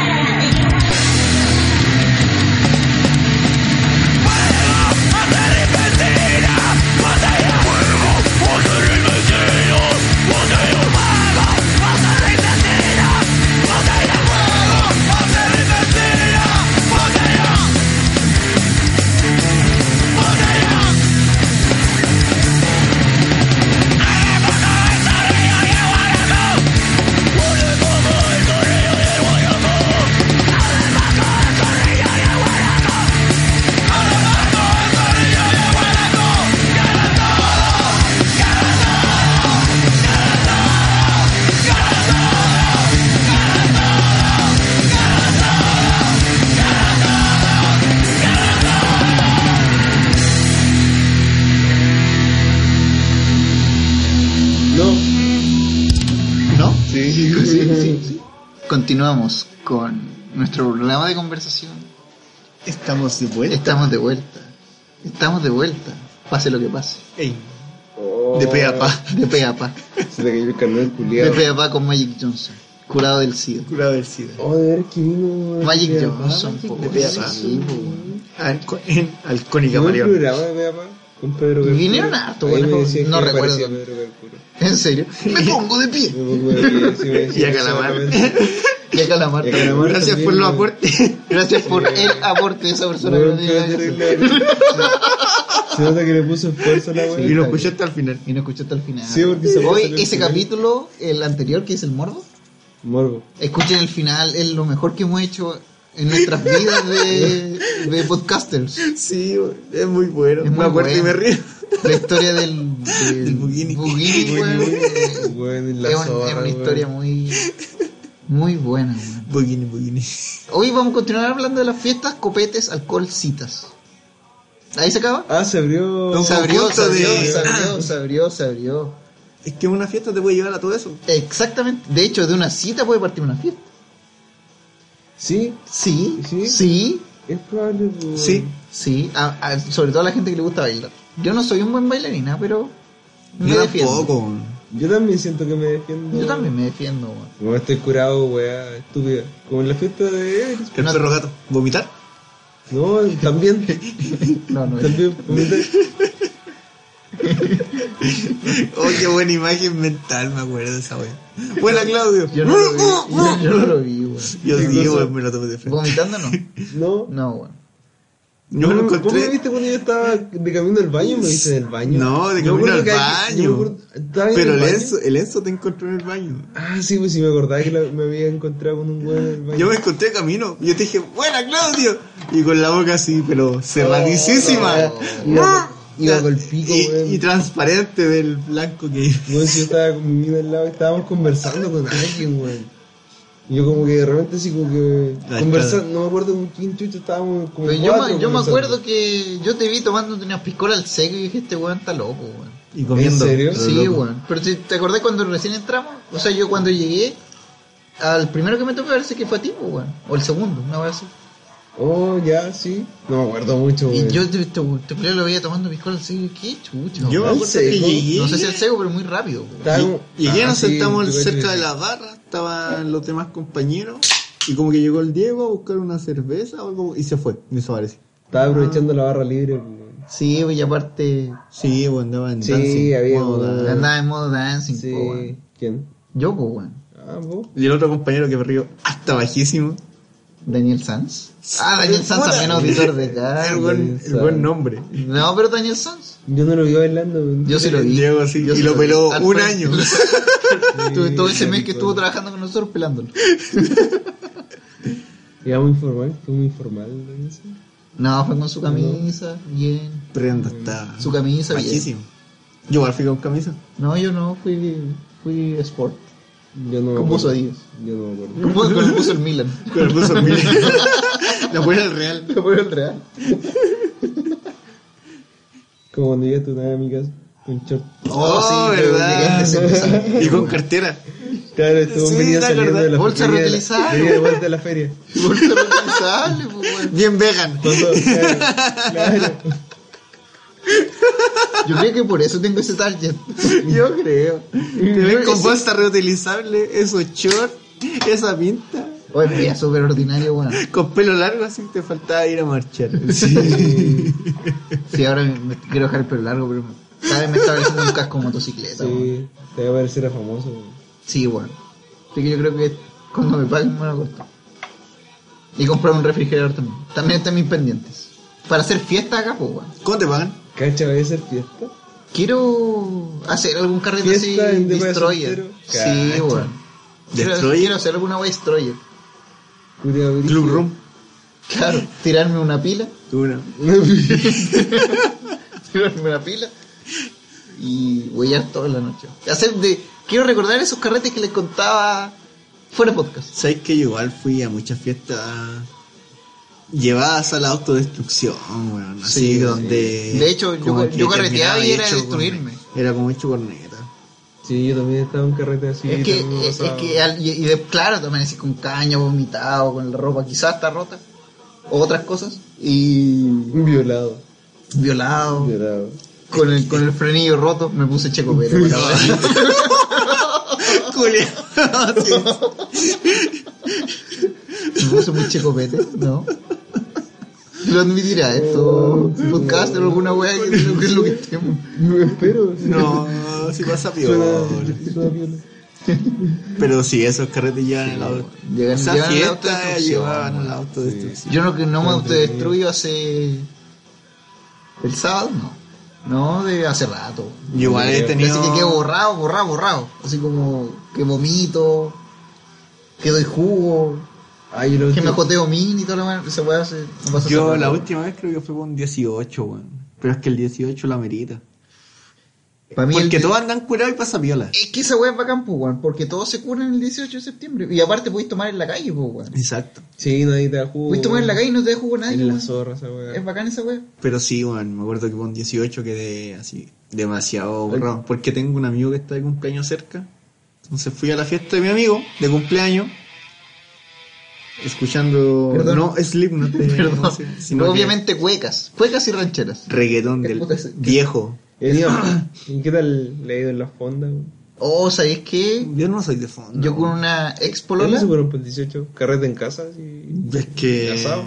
No. ¿No? Sí. Sí, sí, sí. Continuamos con nuestro programa de conversación. Estamos de vuelta. Estamos de vuelta. Estamos de vuelta. Pase lo que pase. Ey. Oh, De pe a pa. De pe a pa. Se te cayó el carnet De culiao. pe a pa con Magic Johnson. Curado del SIDA. Curado del SIDA. Oh, de ver que vino. Magic de pe a pa. Johnson, po, De pe a pa. sí, po, weón. Alco- en Alcónica ¿Vino el Mario. programa de pe a pa? Con Pedro Carcuro. Vinieron harto, Ahí bueno, me decían no que me recuerdo. parecía Pedro Carcuro. ¿En serio? Me pongo de pie. Me pongo de pie, sí, me decían Y a Calamar. solamente. Y acá la Marta. Y a Calamar Gracias también, por los weón. aportes. Gracias por el aporte de esa persona que Weón, no qué tiene nada que hacer. terrible. Se nota que le puso esfuerzo a la Y weá. lo escuché hasta el final. Y no escuché hasta el final. Sí, porque se Hoy, pasa el ese final. capítulo, el anterior, que es el morbo, Morbo. escuchen el final, es lo mejor que hemos hecho en nuestras vidas de, de podcasters. Sí, es muy bueno. Es muy me acuerdo y bueno. me río. La historia del, del, Del Bugini. Bugini, weón, eh, Bueno, y la es, un- zorra, es una weón. historia muy, muy buena. Weón. Bugini, bugini. Hoy vamos a continuar hablando de las fiestas, copetes, alcohol, citas. ¿Ahí se acaba? Ah, se abrió. Un Se abrió, se conjunto abrió, de- se abrió, se abrió, se abrió. Es que una fiesta te puede llevar a todo eso. Exactamente. De hecho, de una cita puede partir una fiesta. Sí, Sí, ¿Sí? sí, es probable. po. Sí. sí. A- a- sobre todo a la gente que le gusta bailar. Yo no soy un buen bailarina, pero me Yo defiendo. tampoco. Yo también siento que me defiendo. Yo también me defiendo, weón. Como estoy curado, weá, estúpida. Como en la fiesta de Everest. El perro gato. ¿Vomitar? No, también. No, no. también. vomité. Oh, qué buena imagen mental, me acuerdo de esa wea. Buena, Claudio. Yo no lo vi, yo, yo no lo vi, weón. Yo ¿Qué sí, cosa? weón, me lo tomé de frente. ¿Vomitando no? No. No, weón. Yo me lo ¿Cómo me encontré. viste cuando yo estaba de camino al baño? ¿Me viste en el baño? No, de Yo me camino acuerdo al que hay- baño. yo me acuerdo- ¿estaba en Pero el el baño? Enzo, el Enzo te encontró en el baño. Ah, sí, pues sí me acordaba que la- me había encontrado con un weón en el baño. Yo me encontré de camino. Yo te dije, buena Claudio. Y con la boca así, pero cerradísima. Iba, iba con el pico, y, weón. y transparente del blanco que Weón, si yo estaba con mi mina al lado y estábamos conversando con alguien, weón. Y yo como que de repente así como que Ah, conversando, claro. no me acuerdo con quién chucho estábamos como Pero yo, cuatro me, yo me conversando. acuerdo que yo te vi tomando unas piscolas al seco y dije, este weón está loco, weón. y comiendo. ¿En serio? pero Sí, loco. weón. Pero si te acordás cuando recién entramos, o sea, yo cuando llegué, al primero que me tocó parece que fue a ti, pues, weón. O el segundo, una vez así. Oh, ya, sí. No me acuerdo mucho, Y weón. yo te, te, te, te lo veía tomando piscola al seco y qué chucha, Yo me weón. acuerdo que seco? llegué. No sé si al seco, pero muy rápido, weón. Estaba como- Y- Llegué, Ah, nos sí, sentamos yo creo cerca que de sí. la barra, estaban los demás compañeros, y como que llegó el Diego a buscar una cerveza o algo, y se fue, desapareció. Estaba aprovechando la barra libre, weón. Sí, pues, y aparte, Sí, bueno, andaba en Sí, dancing, había modo como- da- andaba en modo dancing, Sí. po, weón. ¿Quién? Yo, pues, weón. Ah, vos. Y el otro compañero que me río hasta bajísimo. Daniel Sanz. Ah, Daniel Sanz Puta. también auditor de acá. El buen, el buen nombre. No, pero Daniel Sanz. Yo no lo vi bailando, weón. Yo sí lo vi. Diego sí, Yo y sí lo vi. peló Al un frente. año. Tuve todo ese Sí, mes que sí, estuvo sí. trabajando con nosotros pelándolo. Era muy informal, fue muy informal. ¿no? Sí. No, fue con su camisa, bien. Prenda está Su camisa, bien. bajísimo. Yo igual fui con camisa. No, yo no, fui, fui sport. Yo no me Con acuerdo. buzo Adidas. Yo no me acuerdo. Con buzo- con el buzo el Milan. Con el buzo mil. La buena el Real. Lo fue el Real. Como cuando llegaste una vez a mi casa con short. Oh, sí, pero verdad. llegué a ese- Y con cartera. Claro, estuvo Sí, venía ¿te saliendo acordás? de la Bolsa venía de la- reutilizable. venía de vuelta de la feria. Bolsa reutilizable, pues, weón. Bien vegan. Pasó, claro, claro. Yo creo que por eso tengo ese target. Yo creo. Te ven con Ese- bolsa reutilizable, esos shorts, esa pinta. Oye, me veía súper ordinario, weón. Con pelo largo, así te faltaba ir a marchar. Sí, Sí, ahora me, me quiero dejar el pelo largo, pero cada vez me está pareciendo un casco de motocicleta, weón. sí, te va a parecer a famoso. weón. Sí, weón. Así que yo creo que cuando me paguen me van a cortar. Y comprar un refrigerador también. También están mis pendientes. Para hacer fiesta acá, pues, weón. ¿Cómo te pagan? ¿Cacha? ¿Va a ser fiesta? Quiero hacer algún carrete así, Fiesta en Depa de destroyer. soltero. Sí, Cacha. weón. Quiero, ¿Destroyer? quiero hacer alguna wey destroyer. Cuidado, Club brígido. Room. Claro, tirarme una pila. Una. Tirarme una pila. Y huellar toda la noche. Hacer de. Quiero recordar esos carretes que les contaba fuera de podcast. ¿Sabes que yo igual fui a muchas fiestas llevadas a la autodestrucción, weón? Así Sí, donde. sí. De hecho, yo- como yo que carreteaba terminaba y era hecho destruirme. con- Era como hecho corneta. Sí, yo también estaba en un carrete así. es que, también me es, es pasaba. que al- y, y de, claro, también así con caña, vomitado, con la ropa quizás está rota. O otras cosas. Y. Un violado. Violado. Violado. Con el, con el frenillo roto, me puse Checo Pérez. bueno, Culeado. me puse muy Checo Pérez, ¿no? Lo admitirá esto. Podcast o alguna wea que, que es lo que estemos. No, espero. sí. No, si pasa piola. Suena, suena piola. Pero sí, esos carretes llevan el auto. Llegan- Esa llevan la fiesta autodestrucción, llevaban weón. la autodestrucción. Yo no, que no me Tanto autodestruyo hace. El sábado, no. No, de hace rato. Yo igual he tenido. Así que quedo borrado, borrado, borrado. Así como que vomito, que doy jugo, Ah, yo lo que me último- joteo mil y toda la weá. Se puede hacer. No pasa Yo hace la rato. última vez creo que fue con dieciocho, weón. Pero es que el dieciocho la merita. Para mí el- Porque todos andan curados y pasa piola. Es que esa weá es bacán, pues, weón. Porque todos se curan el dieciocho de septiembre. Y aparte podéis tomar en la calle, pues, weón. Exacto. Sí, nadie te da jugo. Podéis tomar en la calle y no te da jugo nadie. En la weón. zorra, esa weá. Es bacán esa weá. Pero sí, weón, me acuerdo que con dieciocho quedé así, demasiado borrado. Porque tengo un amigo que está de cumpleaños cerca. Entonces fui a la fiesta de mi amigo, de cumpleaños. Escuchando. Perdón. No Slipknot, de- Perdón. no sé, sino que Obviamente cuecas. Cuecas y rancheras. reggaetón ¿Qué del puta es? viejo. ¿Y qué tal le ha ido en la fonda? weón? Oh, ¿sabéis qué? Yo no soy de fondo. Yo con una ex ¿Dónde polola. se fueron por el dieciocho? ¿Carrete en casa? Sí. Es que. ¿Asado?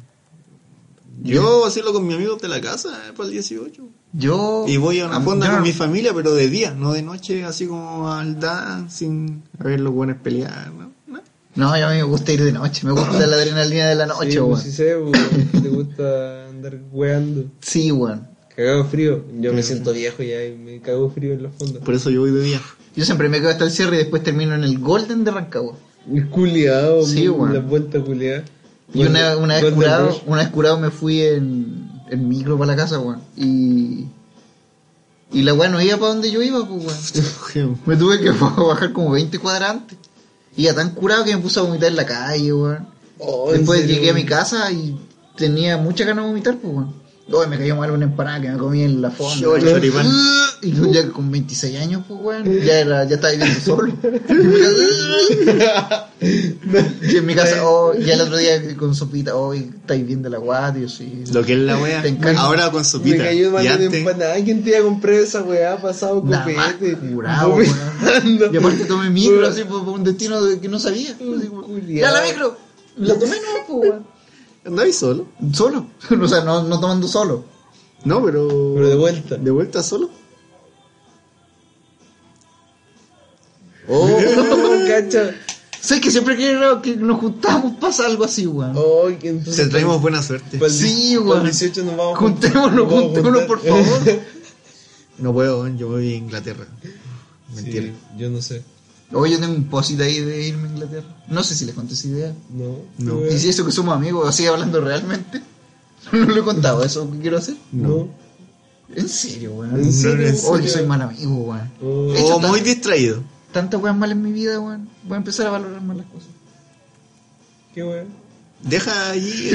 Yo vacilo con mi amigo de la casa eh, para el dieciocho. Yo. Y voy a una Ah, fonda yo con no- mi familia, pero de día, no de noche, así como al dan, sin ver los buenos pelear, ¿no? ¿No? No, yo a mí me gusta ir de noche. Me gusta la adrenalina de la noche, Sí, weón. pues sí sé, weón. ¿Te gusta andar weando. Sí, weón. Cagado frío. Yo me siento viejo ya y me cago frío en la fonda. Por eso yo voy de día. Yo siempre me quedo hasta el cierre y después termino en el Golden de Rancagua. El culiado, Sí, weón. la vuelta culiada. Y una, una vez Golden curado, Rush. una vez curado me fui en, en micro para la casa, weón. Y... Y la weá no iba para donde yo iba, pues, weón. Me tuve que bajar como veinte cuadrantes. Y ya tan curado que me puse a vomitar en la calle, weón. Oh, ¿en Después serio? llegué a mi casa y tenía mucha ganas de vomitar, pues, weón. Oh, me cayó mal una empanada que me comí en la fonda. Yo, el choripán. Y yo ya con veintiséis años, pues, weón, ya, era, ya estaba viviendo solo. Y en mi casa, y en mi casa, oh, ya el otro día con sopita, oh, y estáis viendo la guata, y yo sí. Lo que es la wea. Te encanta. Ahora con Me sopita. cayó mal Y de antes, empanada. ¿Quién te iba a comprar esa weá? Pasado Nada más copete. curado, Vomitando. weón. Y aparte tomé micro así por, por un destino de que no sabía. Así, como, Culiao. ya la micro. La tomé no, pues, weón. ¿andabas solo? Solo. O sea, no, no tomando solo. No, pero. Pero de vuelta. ¿De vuelta solo? Oh, cacha. Sé que siempre que, que nos juntamos pasa algo así, weón. Oh, que entonces. Te traemos buena suerte. Para el, Sí, para el weón. dieciocho nos vamos a Juntémonos, nos vamos a juntémonos, por juntar. favor. No puedo, yo voy a Inglaterra. Mentira. Sí, yo no sé. Oye, yo tengo un posit ahí de irme a Inglaterra. No sé si les conté esa idea. No. No. Qué Y si eso que somos amigos, ¿o sigue hablando realmente? No lo he contado, eso que quiero hacer. No. En serio, weón. ¿En serio? en Oye, serio? soy mal amigo, weón. Oh. He hecho O muy tan- distraído. Tantas weas malas en mi vida, weón. Voy a empezar a valorar más las cosas. Qué weón. Deja allí.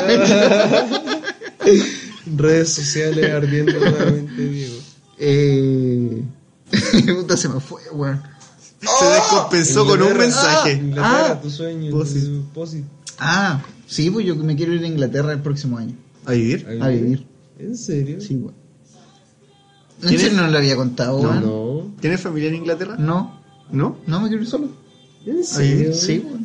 Redes sociales ardiendo nuevamente, Diego. Eh... Puta, se me fue, weón. Se descompensó con un Inglaterra. mensaje. Inglaterra, Ah. tu sueño. Posit. Tu posit. Ah, sí, pues yo me quiero ir a Inglaterra el próximo año. ¿A vivir? A vivir. ¿En serio? Sí, weón. ¿En ¿Tienes- serio no lo había contado, weón? No. ¿Tienes familia en Inglaterra? No, ¿No? no me quiero ir solo. ¿En serio? Sí, weón.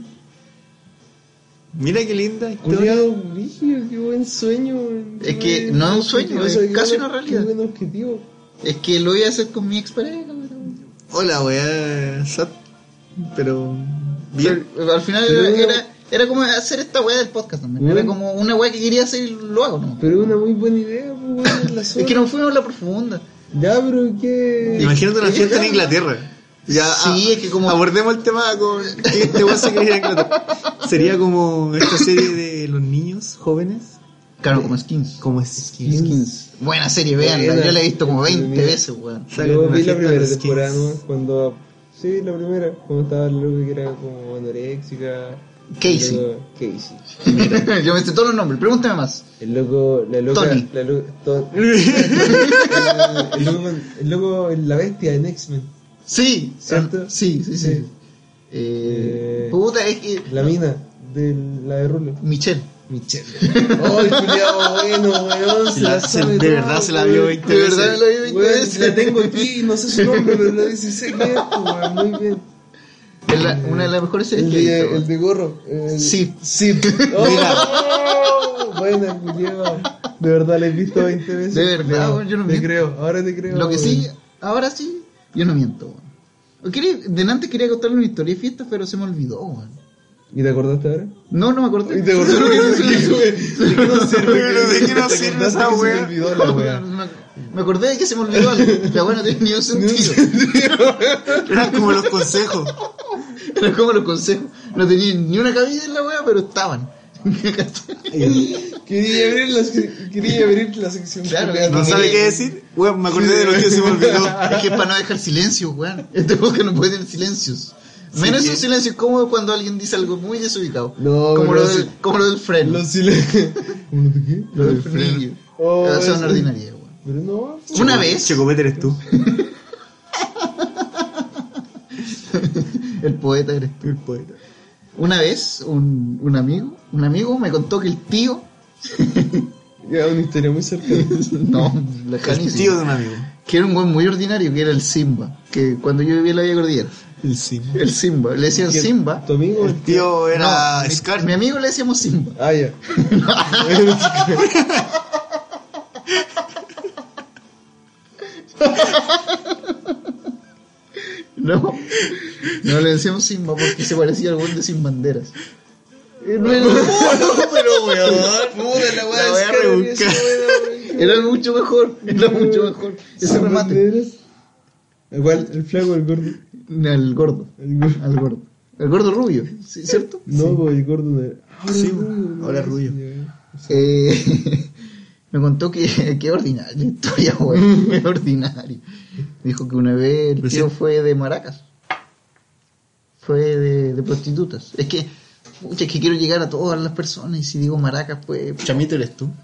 Mira qué linda historia. Culiado brígido, qué buen sueño. weón. Es que Qué no es un buen sueño, objetivo, es qué casi buen- una realidad. Qué buen objetivo. Es que lo voy a hacer con mi expareja, weón. Hola, weá. Sat. Pero. Bien. Pero, al final Pero era, era- era, era como hacer esta weá del podcast también. Weón. Era como una weá que quería hacer y lo hago, ¿no? Pero es una muy buena idea, pues, weón, la Es zona. que no fuimos a la profunda. Ya, pero qué. Imagínate una es fiesta en verdad. Inglaterra. Ya, Sí, ah, es que como- abordemos el tema con que este weón se quería ir a Inglaterra. Sería como esta serie de los niños jóvenes. Claro, como skins. Como es. Skins. Buena serie, veanla. Buena. Yo la he visto como veinte Mira. veces, weón. Sacan Yo una vi la fiesta de primera los temporada, skins. ¿no? Cuando. Sí, la primera. Cuando estaba el loco que era como anoréxica. Casey. El loco- Casey. Yo me sé todos los nombres. Pregúntame más. El loco. La loca. Tony. La lo- to- el, el loco, el loco, la bestia en X-Men. Sí, ¿Cierto? Sí, sí, sí. Sí. Eh, Eh, puta, es que. La mina. De la de Rulo. Michelle. Michelle. Oh, el culiado bueno, weón. Se la Se- sabe de toda, verdad se la weón. vio veinte De verdad me la vi veinte Weón, veces. la tengo aquí, no sé su nombre, pero la dice sé quién es, pues, weón, muy bien. Es la- una de las mejores series El que he de, visto. el de gorro. El, Sí. Sí. Oh, buena, culiado. De verdad la he visto veinte veces. De verdad, culiao. weón, yo no Te miento. creo, ahora te creo. Lo que weón. sí, ahora sí, yo no miento, weón. O quería- Delante quería contarle una historia de fiesta, pero se me olvidó, weón. ¿Y te acordaste ahora? No, no me acordé. ¿Y te acordaste lo que ¿De qué nos sirve? Pero ¿de qué nos ¿Te sirve acordaste esa que se wea? me olvidó la wea? Me- Me acordé de que se me olvidó algo. La weá no tiene ni un sentido. Eran como los consejos. Era como los consejos. No tenían ni una cabida en la weá, pero estaban. Quería abrir la, quería abrir la sección. Claro, culiao. ¿No sabe qué decir? Weón, me acordé de lo que se me olvidó. Es que es para no dejar silencio, weón. Este podcast no puede tener silencios. Menos Sí, un que- silencio cómodo cuando alguien dice algo muy desubicado. No, como, pero lo del, sí. como lo del freno. Los silencios. ¿Uno de qué? Lo del frenillo. Oh, Eso es eso. una ordinaria, weón. Pero no. Una vez, Chocopete eres tú. el poeta eres tú. El poeta. Una vez, un, un amigo, un amigo me contó que el tío, Ya, una historia muy cercana. no, El lejanísimo, tío de un amigo. que era un buen muy ordinario, que era el Simba, que cuando yo vivía en la Villa Cordillera, El sim. el Simba, le decían ¿Quién? Simba. ¿Tu amigo? El tío era No, mi- Scar. Mi amigo le decíamos Simba. Ah, ya. No, no le decíamos Simba porque se parecía al buen de Sin Banderas. Eh, no era- Pero weón, puta la La weá weá es rebuscada. rebuscar. Era mucho mejor, era mucho mejor. Ese remate. Igual, el flaco o el gordo. Al gordo, El gordo. al gordo. El gordo rubio, ¿sí- ¿cierto? No, pues el gordo no era. Ahora Sí, es rubio, ahora ¿no? rubio. Eh, me contó que, que ordinaria la historia, weón. Es ordinaria. Dijo que una vez el Pero tío sí. fue de maracas. Fue de, de prostitutas. Es que, pucha, es que quiero llegar a todas las personas y si digo maracas, pues. Chamito eres tú.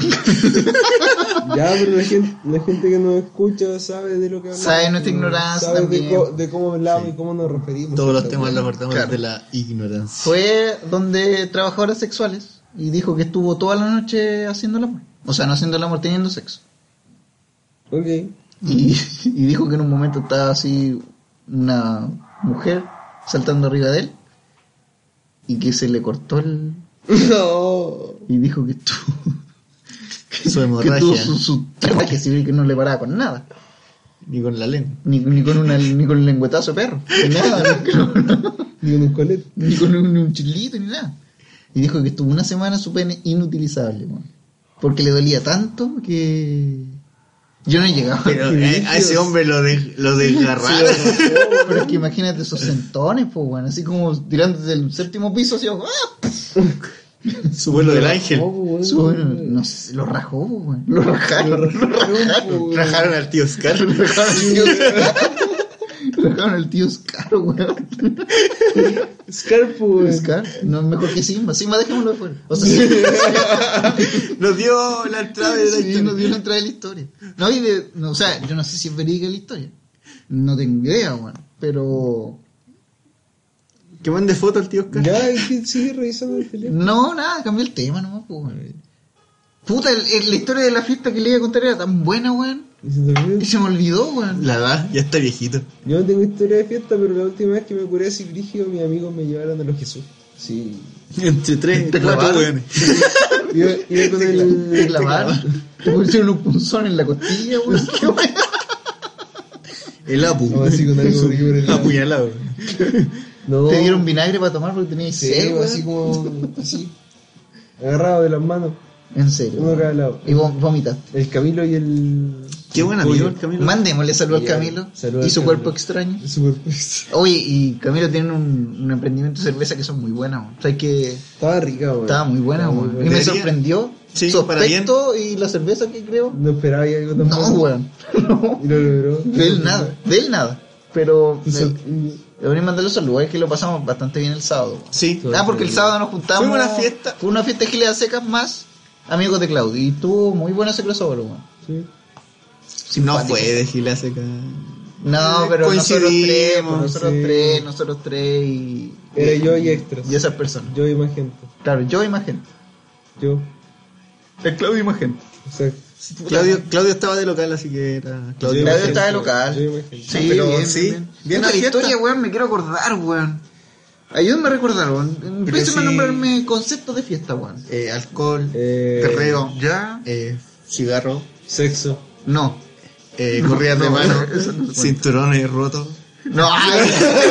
Ya, pero la gente, la gente que nos escucha sabe de lo que hablamos. Sabe nuestra ignorancia Sabe de, también. co- de cómo hablamos y cómo nos referimos. Todos los Esta temas weá. los abordamos Claro. desde la ignorancia. Fue donde trabajadoras sexuales y dijo que estuvo toda la noche haciendo el amor. O sea, no haciendo el amor, teniendo sexo. Ok. Y, y dijo que en un momento estaba así una mujer saltando arriba de él y que se le cortó el... No. Y dijo que estuvo... Su que hemorragia. tuvo su, su ataque civil que no le paraba con nada. Ni con la lengua. Ni, ni con una, ni con un lengüetazo de perro. Ni nada. No, no. Ni con un colete. Ni con un, ni un chilito ni nada. Y dijo que estuvo una semana su pene inutilizable, weón. Porque le dolía tanto que... Yo no llegaba. Pero eh, a ese hombre lo, de, lo desgarraron. Pero es que imagínate esos sentones, pues, weón. Así como tirando desde el séptimo piso, así, ¡ah! Su vuelo del ángel. Oh, weón. Su- no sé, lo rajó, pues, weón. Lo rajaron, lo rajaron. Rajaron al tío Oscar. Lo rajaron al tío Oscar. Lo rajaron al tío Oscar, weón. Scarpo, weón. Oscar, no es mejor que Simba. Simba, dejémoslo de fuera. O sea, sí, Nos dio la entrada de la sí, historia. nos dio la entrada de la historia. No, y de, no, o sea, yo no sé si es verídica la historia. No tengo idea, weón. Pero... Que mande foto al tío Oscar. Ya, y que sigue revisando el teléfono. No, nada, cambió el tema nomás, pues, weón. Puta, el- el- la historia de la fiesta que le iba a contar era tan buena, weón. Y se te olvidó. Y se me olvidó, weón. La edad, ya está viejito. Yo no tengo historia de fiesta, pero la última vez que me curé así brígido, mis amigos me llevaron a los Jesús. Sí. Entre tres, Te cuatro clavaron. weones. Iba, iba con Te el... clavaron. Te pusieron un punzón en la costilla, weón. Qué weón. El apu. No, así con algo de por el lado. Apuñalado. No. Te dieron vinagre para tomar porque tenías Sí, sed, weón. así como... Así. Agarrado de las manos. En serio. Uno a cada lado. Y vom- vomitaste. El Camilo y el... Qué buen amigo el Camilo. Mandémosle saludo al Bien. Camilo Saludo y al su Camilo. cuerpo extraño. Super... Oye, y Camilo tiene un, un emprendimiento de cerveza que son muy buenas, weón. O sea, que Estaba rica, weón. estaba muy buena, Estaba muy weón. buena. Y me Debería- sorprendió Sí, su para aspecto y la cerveza que creo. No esperaba ahí algo tan No, bueno. weón. No. Y lo logró. De él nada, de él nada. Pero Y sol- le voy a mandarle saludos, es que lo pasamos bastante bien el sábado. Sí. Ah, porque el sábado nos juntamos. Fue una fiesta. Fue una fiesta de gileas secas más amigos de Claudio. Y tuvo muy buena ese crossover, weón. Sí. No Simpático. fue de Gila Seca. No, pero nosotros Coincidimos, tres, pues, nosotros sí. tres, nosotros tres y. Era yo y extras. Y esas personas. Yo y más gente. Claro, yo y más gente. Yo. El Claudio y más gente. Exacto. Claudio, Claudio estaba de local, así que era Claudio. Yo Claudio imagino. estaba de local. Yo imagino. Sí, pero bien, sí, bien, bien. bien Puta, la la fiesta. historia, weón, me quiero acordar, weón. Ayúdenme a recordar, weón. Empiecen sí. a nombrarme conceptos de fiesta, weón. Eh, alcohol, Eh, perreo, ¿Ya? eh, cigarro, Sexo. No. eh, No, corridas de no, mano, eso no se cuenta. cinturones rotos. No, ay,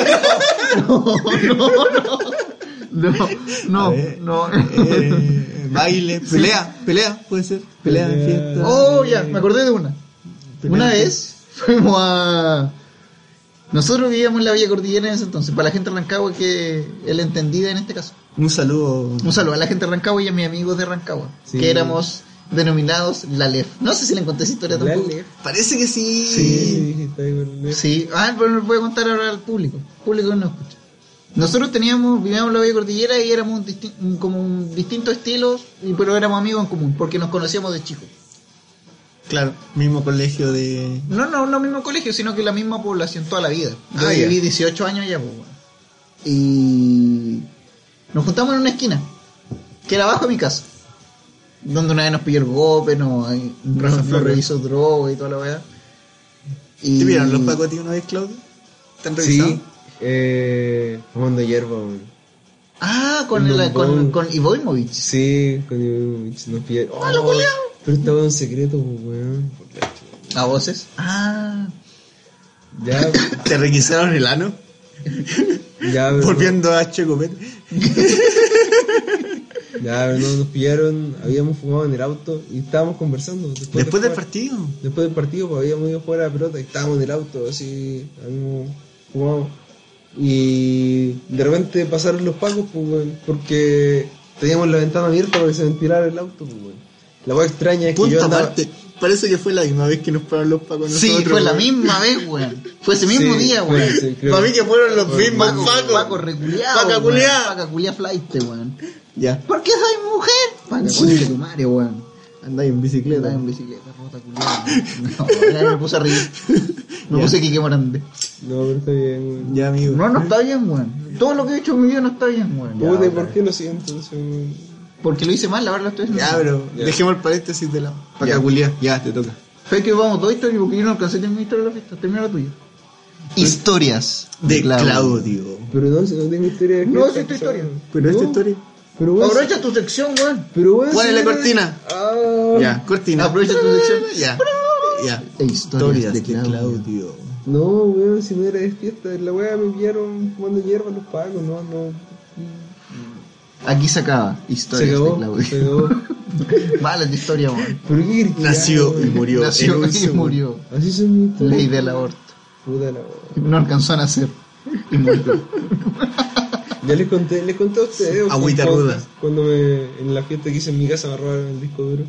no, no, no. No, A no, ver, no. eh, baile, pelea, pelea, puede ser. Pelea en Pelea. fiesta. Oh, ya, me acordé de una. Pelea Una en vez fuimos a... Nosotros vivíamos en la Villa Cordillera en ese entonces, para la gente de Rancagua, que es la entendida en este caso. Un saludo. Un saludo a la gente de Rancagua y a mis amigos de Rancagua, Sí. que éramos denominados la L E F. No sé si le conté esa historia La tampoco. L E F. Parece que sí. Sí, está ahí con el- Sí, ah, pero les voy a contar ahora al público. Público que no escucha. Nosotros teníamos, vivíamos en la Villa Cordillera y éramos un disti- un- como un distintos estilos, y- pero éramos amigos en común, porque nos conocíamos de chicos. Claro, mismo colegio de. No, no, no mismo colegio, sino que la misma población toda la vida. Yo Ah, ya. viví dieciocho años allá, pues, weón. Y nos juntamos en una esquina, que era abajo de mi casa, donde una vez nos pilló el golpe, nos, nos, Raja nos Flores. revisó droga y toda la weá. Y... ¿Te vieron los pacos a ti una vez, Claudio? ¿Te han revisado? Sí. Eh. Fumando hierba, weón. Ah, con, Un el, con, bombón. con Ivoimovich. Sí, con Ivanovich nos pillaron. ¡Ah, lo culiao! Pero estaba en secreto, pues, weón. ¿A voces? Ah, Ya, ¿Te requisaron el ano? ya, pero- Volviendo a Checopete. Ya, no, nos pillaron, habíamos fumado en el auto y estábamos conversando. Después, Después de del jugar. partido. Después del partido, pues habíamos ido a jugar a la pelota y estábamos en el auto, así, habíamos fumado. Y de repente pasaron los pacos, pues, weón, porque teníamos la ventana abierta para que se ventilara el auto, pues, weón. La cosa extraña es que Punto yo andaba... aparte. Parece que fue la misma vez que nos pararon los pacos Sí, nosotros, fue la weón. misma vez, weón. Fue ese mismo Sí, día, fue, weón. sí, creo. Para mí que fueron los mismos Paco, pacos. Paco reculeado. Paca weón. culiá. Paca culiá flight, weón. Ya. ¿Por qué soy mujer? Paca culiá tu madre, weón. Andáis en bicicleta. Andaba en bicicleta, rota culiá. No, ya me puse a reír. Me puse Quique Morandé. No, pero está bien, weón. Ya, amigo. No, no está bien, weón. Todo lo que he hecho en mi vida no está bien, weón. Ya, Puta, ¿y weón. por qué lo siento? Entonces, weón? Porque lo hice mal, la verdad estoy haciendo Ya, mal. pero Ya. dejemos el paréntesis de lado. Para Ya. caculiar. Ya, te toca. ¿Sabes que vamos dos historias? Porque yo no alcancé a terminar mi historia de la fiesta. Termina la tuya. Historias De Claudio. Pero no, si no tengo historia de No, fiesta, es esta que historia. sea- Pero esta No, historia. Pero weón, Aprovecha tu sección, weón. pero weón, Ponele si no- cortina. Ah, Ya, cortina. Aprovecha tu sección. Ya. Ya. E historias de Claudio. No, weón, si no era de fiesta, la weá me pillaron fumando hierba los pagos, no, no. Aquí se acaba. Se Historias de acabó, Claudio. se acabó. Mala tu historia, weón. ¿Pero qué querés que Nació haga, y weón? murió. en Nació un y segundo. murió. Así son mis historias. Ley del aborto. Puta la weá. No alcanzó a nacer. Y murió. Ya les conté, les conté a ustedes. Agüita cuando- ruda. Cuando me, en la fiesta que hice en mi casa me robaron el disco duro.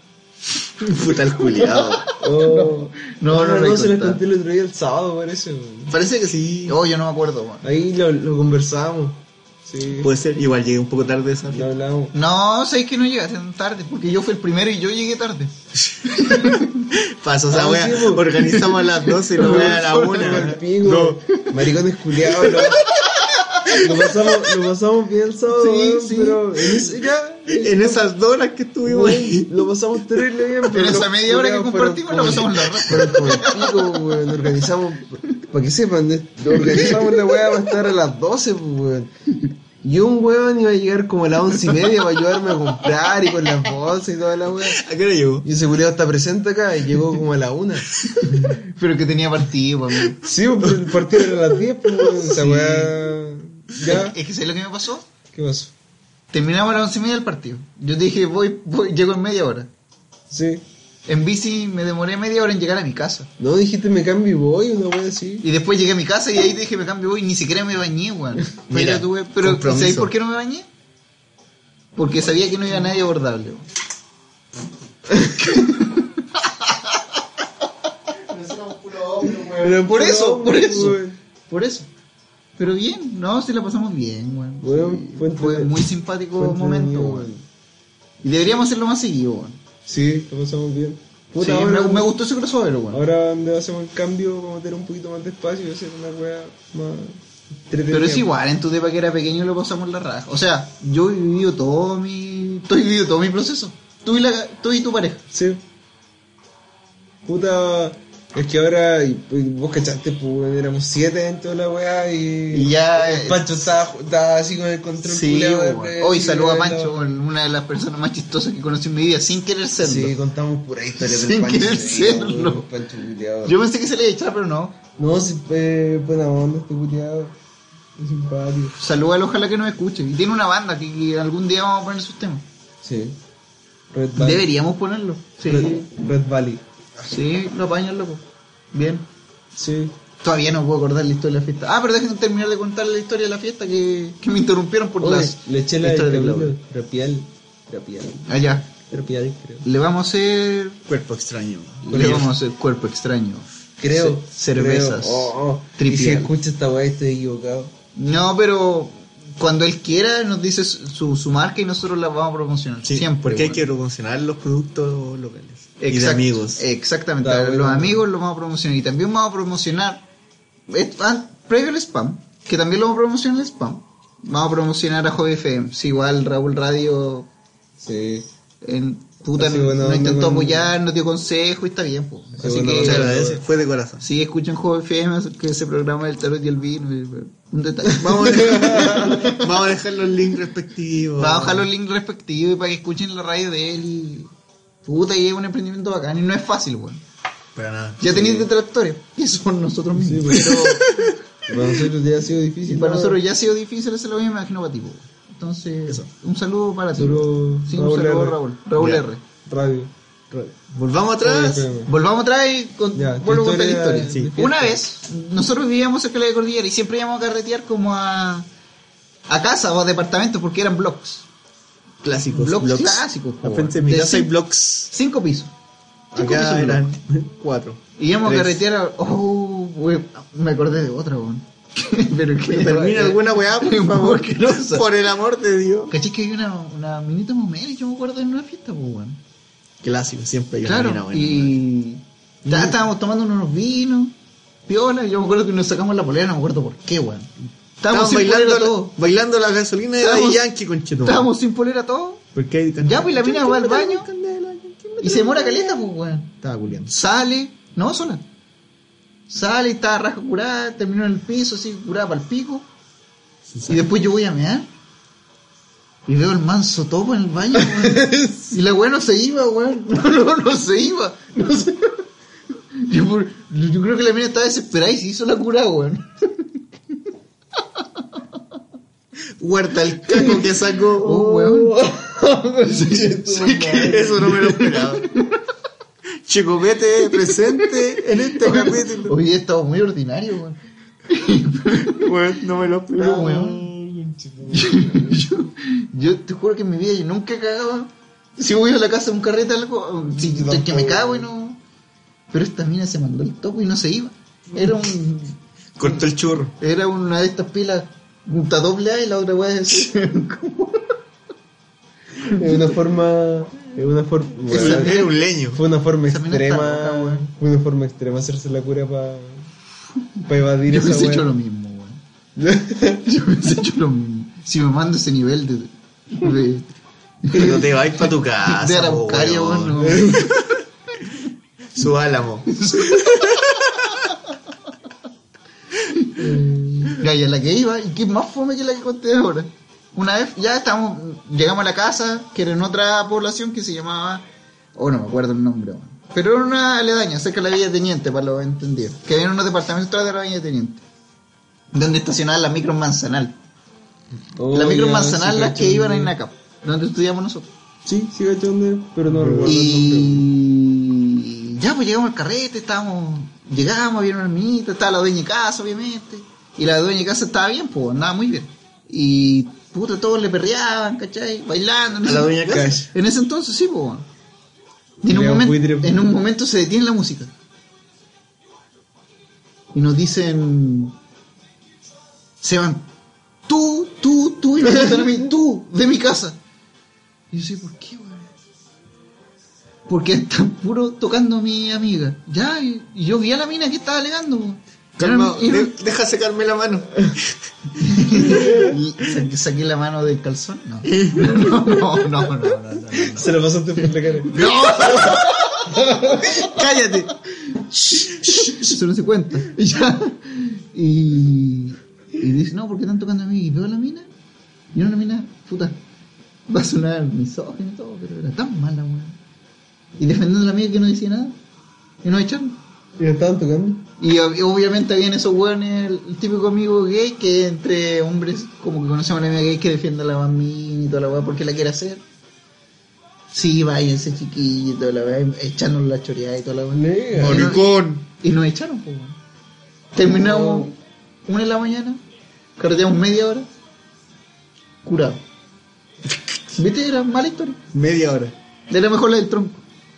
Puta el culiado. Oh, No, no, no, no hay se les contado. conté el otro día el sábado, parece. weón. Parece que sí. Oh, yo no me acuerdo, weón. Ahí lo, lo conversamos. Sí, Puede ser. Igual llegué un poco tarde a esa lo fiesta. hablamos. No, sabéis que no llegaste tan tarde. Porque yo fui el primero y yo llegué tarde. Pasó esa Ah, wea. sí, po. Organizamos a las doce y la wea a la una. El pico, No. maricones culiados, lo, lo pasamos, lo pasamos bien el sábado, Sí, weón, sí. pero en ese, ya, En esas dos horas que estuvimos weón, ahí. lo pasamos terrible bien. Pero En esa los media hora que culiados compartimos la fueron pasamos la como- raja. fueron como el pico, weón, organizamos, para que sepan, de- organizamos la weá para estar a las doce, pues, weón. Y un weón iba a llegar como a las once y media para ayudarme a comprar y con las bolsas y toda la weá. ¿A qué hora llegó? Y ese culiado está presente acá y llegó como a la una. Pero que tenía partido, para mí. Sí, pues, el partido era a las diez, pues, weón. Esa Sí. weá. Ya. Es que ¿sabes lo que me pasó? ¿Qué pasó? Terminamos a las once y media del partido. Yo te dije, voy, voy, llego en media hora. Sí. En bici me demoré media hora en llegar a mi casa. No, dijiste me cambio y voy, una wea así. Y después llegué a mi casa y ahí dije, me cambio voy. Ni siquiera me bañé, weón. Mira, Pero, tuve, pero compromiso. ¿sabéis por qué no me bañé? Porque sabía que no iba nadie abordable, weón. Pero Por eso, por eso. weón. Por eso. Pero bien, no, sí la pasamos bien, weón. Weón, Sí, fue fue entre- muy simpático fue momento, entretenido, weón. Y deberíamos hacerlo más seguido, weón. Sí, lo pasamos bien. Puta, Sí, ahora, me, me gustó ese crossover, weón. ahora donde hacemos el cambio, vamos a meter un poquito más de espacio y hacer una wea más entretenida. Pero es igual, en tu depa que era pequeño lo pasamos la raja. O sea, yo he vivido todo mi. Tú has vivido todo mi proceso. Tú y, la, tú y tu pareja. Sí. Puta, es que ahora, y, pues, vos cachaste, pues weón, éramos siete en toda la weá y. Y ya, El eh, Pancho estaba, estaba así con el control Sí, culiao de- weón. de- Hoy saludo a de- Pancho, weón, una de las personas más chistosas que conocí en mi vida, sin querer serlo. Sí, contamos pura historia Sin del Pancho. querer sí, serlo. weón, Pancho culiao. Yo pensé que se le iba a echar, pero no. No, sí, eh, buena onda este culiado. Es simpático. Salúdalo, ojalá que nos escuche. Y tiene una banda que, que algún día vamos a poner sus temas. Sí. Red Valley. Deberíamos ponerlo. Sí, Red, Red Valley. sí, lo apañan, loco. Bien. Sí. Todavía no puedo acordar la historia de la fiesta. Ah, pero déjenme terminar de contar la historia de la fiesta que, que me interrumpieron por Oye, las le eché la historias de de Claudio. Camilo. Rapial. Rapial. Allá. Rapial, creo. Le vamos a hacer. Cuerpo extraño. Le vamos a hacer cuerpo extraño. Creo. Ce- cervezas. Creo. Oh, oh. Y Tripial. si escucha esta weá estoy equivocado. No, pero cuando él quiera nos dice su, su marca y nosotros la vamos a promocionar. Sí, Siempre. porque hay weón. que promocionar los productos locales. Y de Exacto, amigos. Exactamente. Está A bueno. los amigos los vamos a promocionar. Y también vamos a promocionar. es- ah, previo al spam. Que también lo vamos a promocionar el spam. Vamos a promocionar a Hobby F M. Sí, igual Raúl Radio. Sí. En, puta, Así, no- bueno, nos intentó con- apoyar, nos dio consejo y está bien. Po. Sí, Así bueno, que. Se agradece, fue de corazón. Sí, escuchen Hobby F M, que ese programa del tarot y el vino. y- Un detalle. Vamos a dejar, Vamos a dejar los links respectivos. vamos a dejar los links respectivos para que escuchen la radio de él. Y. Puta, y es un emprendimiento bacán. Y no es fácil, weón. Para nada. Ya tenéis detractores. Y eso por nosotros Sí, mismos. pues. Pero. Para nosotros ya ha sido Y difícil. para ¿no? nosotros ya ha sido difícil hacerlo bien, me imagino para ti, po. Entonces, Eso. un saludo para ti. Saludo, Sí, un Raúl saludo R. Raúl. Raúl Ya. R. Radio. Radio. Volvamos atrás. F M. Volvamos atrás y con, Ya, tu vuelvo a contar la historia historia. de- sí. Una vez, nosotros vivíamos cerca de la cordillera y siempre íbamos a carretear como a, a casa o a departamentos porque eran blocks. Clásicos. Blogs blogs. clásicos, po, Al frente de mi de casa hay cin- blogs. Cinco pisos. Cinco pisos Acá de eran blogs. cuatro. Y íbamos Tres. a carretear a... Oh, wey, me acordé de otra, weón. Pero que... Termina alguna weá, por favor. Asquerosa. Por el amor de Dios. ¿Cachai que hay una, una minita momera? Yo me acuerdo en una fiesta, pues, weón. Clásico, siempre hay una Claro, mina buena. y ya estábamos tomando unos vinos, piola, y yo me acuerdo que nos sacamos la polera, no me acuerdo por qué, weón. Estábamos Estaban sin polera bailando, todos. bailando la gasolina de Estábamos- Daddy Yankee, conchetumare. Estábamos sin polera todos, Porque hay Ya, pues, la mina va al baño Candela, y se demora caleta, pues, weón. Estaba culiando. Sale, no, sola. Sale y estaba raja curada, terminó en el piso, así, curada para el pico. Y después yo voy a mear. Y veo el manso topo en el baño, weón. Y la weá no se iba, weón. No, no, no se iba. No se... yo, por- yo creo que la mina estaba desesperada y se hizo la cura, weón. Huerta el caco que sacó. Oh, weón. Sí, que eso no me lo esperaba. Chicopete presente en este capítulo. Hoy he estado muy ordinario, weón. Bueno, no me lo esperaba. Pero, weón. yo, yo te juro que en mi vida yo nunca cagaba. Si voy a la casa de un carrete algo, si, Yo que me tampoco. cago y no. Pero esta mina se mandó el topo y no se iba. Era un Cortó el churro. era una de estas pilas, una doble A y la otra weá es como- Es una forma. Es una forma. Esa- Era un leño. Fue una forma Esa mina está extrema. loca, weón. Fue una forma extrema hacerse la cura para. Para evadir Yo esa hubiese hecho weá. lo mismo, weón. Yo hubiese hecho lo mismo. Si me mando ese nivel de. de, No te vais para tu casa. de po, Araucaria, weón. weón. no. Su álamo. Ya, ya la que iba, y que más fome que la que conté ahora. Una vez ya estábamos, llegamos a la casa, que era en otra población que se llamaba, oh no me acuerdo el nombre, weón. Pero era una aledaña, cerca de la Villa Teniente, para los entendidos. Que había unos departamentos atrás de la Villa Teniente. Donde estacionaban las micros Manzanal. Oh, las micros ya, Manzanal sí, las cacho que iban a dónde- INACAP, donde estudiamos nosotros. Sí, sí, cacho dónde, pero no recuerdo el nombre. Y ya, pues llegamos al carrete, estábamos, llegamos, había una hermanita, estaba la dueña de casa, obviamente. Y la dueña de casa estaba bien, pues andaba muy bien. Y puta, todos le perreaban, ¿cachai? Bailando. en ¿A ese- la dueña de casa? En ese entonces sí, pues. Y en un, Era un momento, buitre. en un momento se detiene la música. Y nos dicen, se van, tú, tú, tú, y me preguntan a mí, tú, de mi casa. Y yo sé, ¿por qué, weón? Porque están puro tocando a mi amiga. Ya, y, y yo vi a la mina que estaba alegando, weón. Calma, Y era- de- deja secarme la mano. y saqué, saqué la mano del calzón. No. No, no, no, no, no, no, no, no. Se lo pasaste por la cara. ¡No! ¡Cállate! Eso no se cuenta. Y ya. Y, y dice, no, ¿por qué están tocando a mí? Y veo a la mina. Y era una mina, puta, va a sonar misógino y todo, pero era tan mala, weón. Y defendiendo a la mina que no decía nada. Y nos echaron. ¿Y me estaban tocando? Y ob- obviamente habían esos weones, el, el típico amigo gay que entre hombres, como que conocemos a la amiga gay que defiende a la bambina y toda la weá porque la quiere hacer. Sí, váyanse chiquillo y toda la weá, echándonos la choreada y toda la weá. Nega. Maricón. Y nos echaron, pues, weón. Terminamos una de la mañana, carreteamos media hora, curado. ¿Viste? Era mala historia. Media hora. Era mejor la del tronco.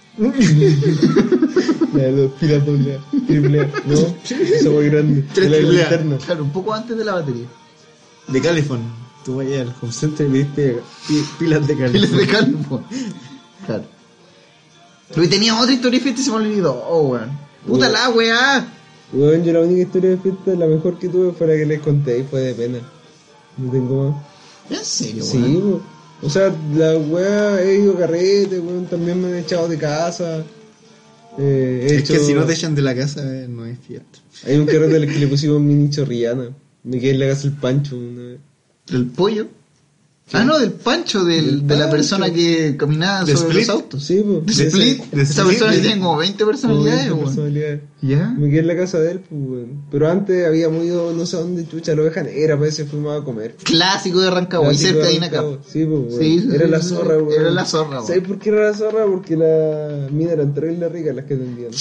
La de los pilas doble A, triple A. No, eso fue grande. Tres La de triple A. linterna. Claro, un poco antes de la batería. De Califón. Tú vayas al home center y pediste pi- pilas de Pilas Califón. de calmo. Claro. Pero tenía otra historia de fiesta y se me olvidó. Oh, weón. Puta Weón. la weá. Weón, yo la única historia de fiesta, la mejor que tuve fue la que les conté y fue de pena. No tengo más. ¿En serio, Sí, weón? weón. O sea, la weá, he ido a carrete, weón, también me han echado de casa. Eh, he Es hecho... que si no te echan de la casa, eh, no es fiesta. Hay un carrete al que le pusimos mini chorrillana. Me quedé en la casa del Pancho una vez. El pollo. Ah, no, del Pancho, del, Del de la Pancho. persona que caminaba ¿De sobre Split? los autos. Sí, pues. De Split. de Esa Split, persona de- tiene como veinte personalidades, Como weón. personalidades. ¿Ya? Me quedé en la casa de él, pues, weón. Pero antes habíamos ido, no sé dónde, chucha, la oveja negra, parece que fuimos a comer. Clásico de Rancagua, y Clásico cerca de de Inacap. Rancagua. Sí, pues, weón. Sí, sí, Era sí, la sí, zorra, weón. era la zorra, weón. ¿Sabes por qué era la zorra? Porque las minas eran terribles ricas las que atendían.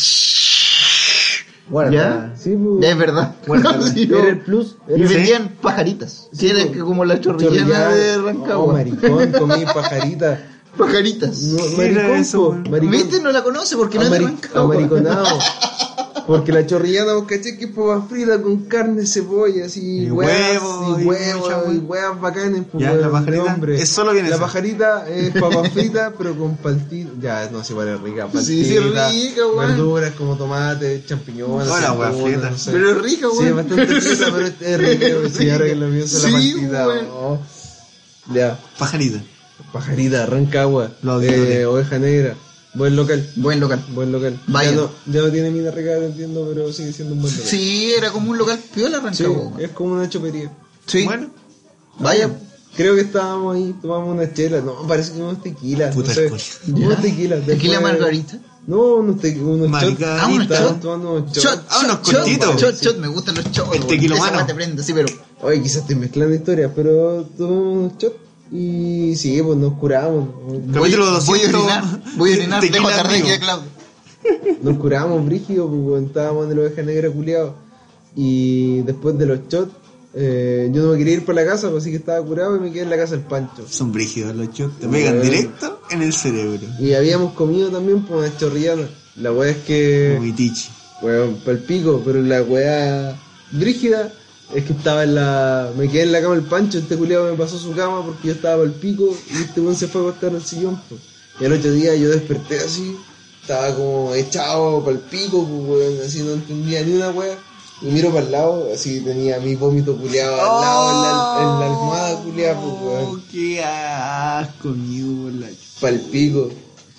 ¿Ya? Sí, pues. Ya es verdad. Guárdala. Sí, Era no. el plus. Y Era el vendían pajaritas, que era que como la chorrillana chorrillana. de Oh, Rancagua. maricón, comí pajarita. Pajaritas. No, ¿Qué era maricón, eso, po, weón? maricón. ¿Viste? No la conoce porque no es de Amari- Rancagua. Amariconado. Porque la chorrillana, vos caché que es papa frita con carne, cebolla, así, Y huevos, huevo, y y huevos, mucha y hueá. huevas bacanes, pues, Ya, weón, la pajarita, no, hombre. es solo viene La esa. pajarita es papa frita, pero con paltita. Ya, no sé cuál es rica. Paltita, Sí, sí, es rica, weón. verduras como tomate, champiñones. Hola, weá, aceitunas, feta. no sé. Pero es rica, Sí, weón. es bastante rica, pero es, es rica, weón. Sí, ahora que lo pienso, Sí, la paltita. weón. Oh. Ya, Pajarita. pajarita, Rancagua, Lo odio, eh, lo oveja negra, buen local. Buen local. Buen local. Vaya. Ya no, ya no tiene mina rica, entiendo, pero sigue siendo un buen local. Sí, era como un local piola Sí, Rancagua. weón. es como una chopería. Sí. Bueno, Vaya. Creo que estábamos ahí, tomamos una chela. No, parece que unos tequilas. Puta no sé. alcohol. Unos Ya. tequilas. Tequila Después- margarita. No, unos, te, unos shots. Margarita. Ah, unos Estábamos shots. tomando unos shots. Shot, Ah, unos shot, cortitos. Shot, shot, me gustan los shots. El weón. tequilomano. Esa weá te prende, sí, pero. Oye, quizás estoy mezclando historias, pero tomamos unos shots. Y sí, pues nos curamos. Capítulo voy, voy a doscientos. orinar. Voy a orinar. Tequila Dejo atarde amigo. que Claudio. Nos curamos brígido, pues weón, estábamos en la oveja negra culiado. Y después de los shots, eh, yo no me quería ir para la casa, pues así que estaba curado y me quedé en la casa del Pancho. Son brígidos los shots. Te pegan Bueno. directo en el cerebro. Y habíamos comido también por una chorrillana. La weá es que, Como mi tichi. weón, pa'l pico, pero la weá brígida es que estaba en la. Me quedé en la cama del Pancho, este culiado me pasó su cama porque yo estaba pa'l pico y este weón se fue a acostar en el sillón, pues. Y al otro día yo desperté así, estaba como echado pa'l pico, pues, weón, así no entendía ni una weá. Y miro para el lado, así tenía mi vómito culiado al lado en la, en la almohada culiada, pues, Oh, weón. qué asco, amigo, por la ch- Pa'l pico.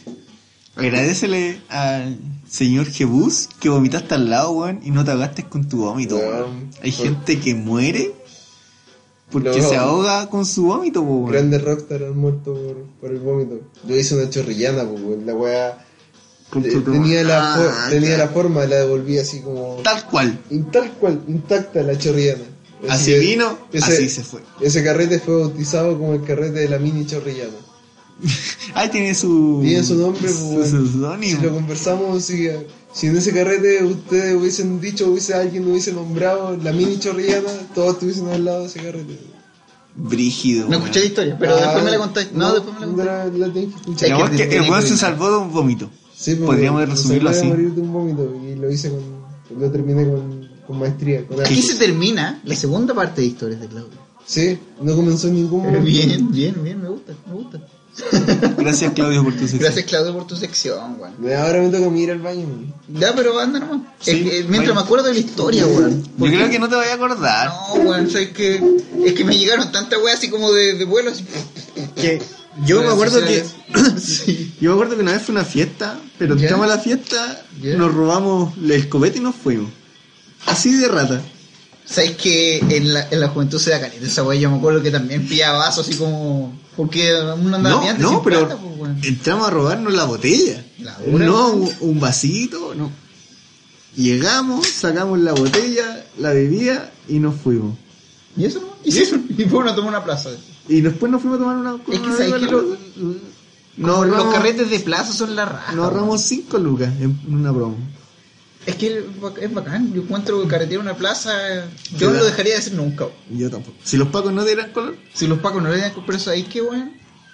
Agradecele al señor Jebus que vomitaste al lado, weón, y no te ahogaste con tu vómito, Weón, weón. Hay por- gente que muere porque No. se ahoga con su vómito, po, weón. Grandes rockstar han muerto por, por el vómito. Yo hice una chorrillana, pues, weón. La weá Con te- tu toma. tenía, la, Ah, fo- tenía ya. la forma, la devolví así como. Tal cual. Y tal cual, intacta la chorrillana. Así que vino, ese, así se fue. Ese carrete fue bautizado como el carrete de la mini chorrillana. Ahí tiene su. Tiene su nombre, pues, su weón. Si seudónimo. lo conversamos, si, si en ese carrete ustedes hubiesen dicho, hubiese alguien hubiese nombrado la mini chorrillana, todos estuviesen al lado de ese carrete. Brígido. No weón. escuché la historia, pero Ah, después me la contáis. No, después me la contáis. la, la tenés que escuchar. La Es weón que que tiene el weón que se ver. salvó de un vómito. Sí, pues, Podríamos weón, resumirlo se puede así. morir de un vómito y lo hice con. Lo terminé con, con maestría. Con Aquí arte. se termina la segunda parte de historias de Claudio. Sí, no comenzó en ningún momento. Bien, bien, bien, me gusta, me gusta. Gracias, Claudio, por tu sección. Gracias, Claudio, por tu sección, weón. Ahora me toca ir al baño. weón. Ya, pero anda nomás. Sí, Es que mientras vaya. me acuerdo de la historia, weón. Yo creo que no te vayas a acordar. No, weón, o sea, es que, es que me llegaron tantas weas así como de, de vuelo, así. Que yo me Redes acuerdo que sociales. Sí. yo me acuerdo que una vez fue una fiesta, pero Ya. entramos a la fiesta, Ya. nos robamos el escopeta y nos fuimos. Así de rata. ¿Sabes que en la, en la juventud se da caleta esa wea? Yo me acuerdo que también pillaba vasos así como. Porque uno andaba No, pillando no, sin pero plata, pues, weón. entramos a robarnos la botella. La dura, no, weón. un, un vasito, no. Llegamos, sacamos la botella, la bebida y nos fuimos. ¿Y eso no? ¿Y eso? Y fue uno a tomar una plaza. Y después nos fuimos a tomar una. Es que una sabes que bebida. lo- Nos Como los ahorramos- carretes de plaza son la raja. Nos weón. ahorramos cinco lucas en una promo. Es que es bacán. Yo encuentro que carretear una plaza. Yo no Claro. lo dejaría de hacer nunca, weón. Y yo tampoco. Si los pacos no dieran color, Si los pacos no le dan por eso ahí, qué weón.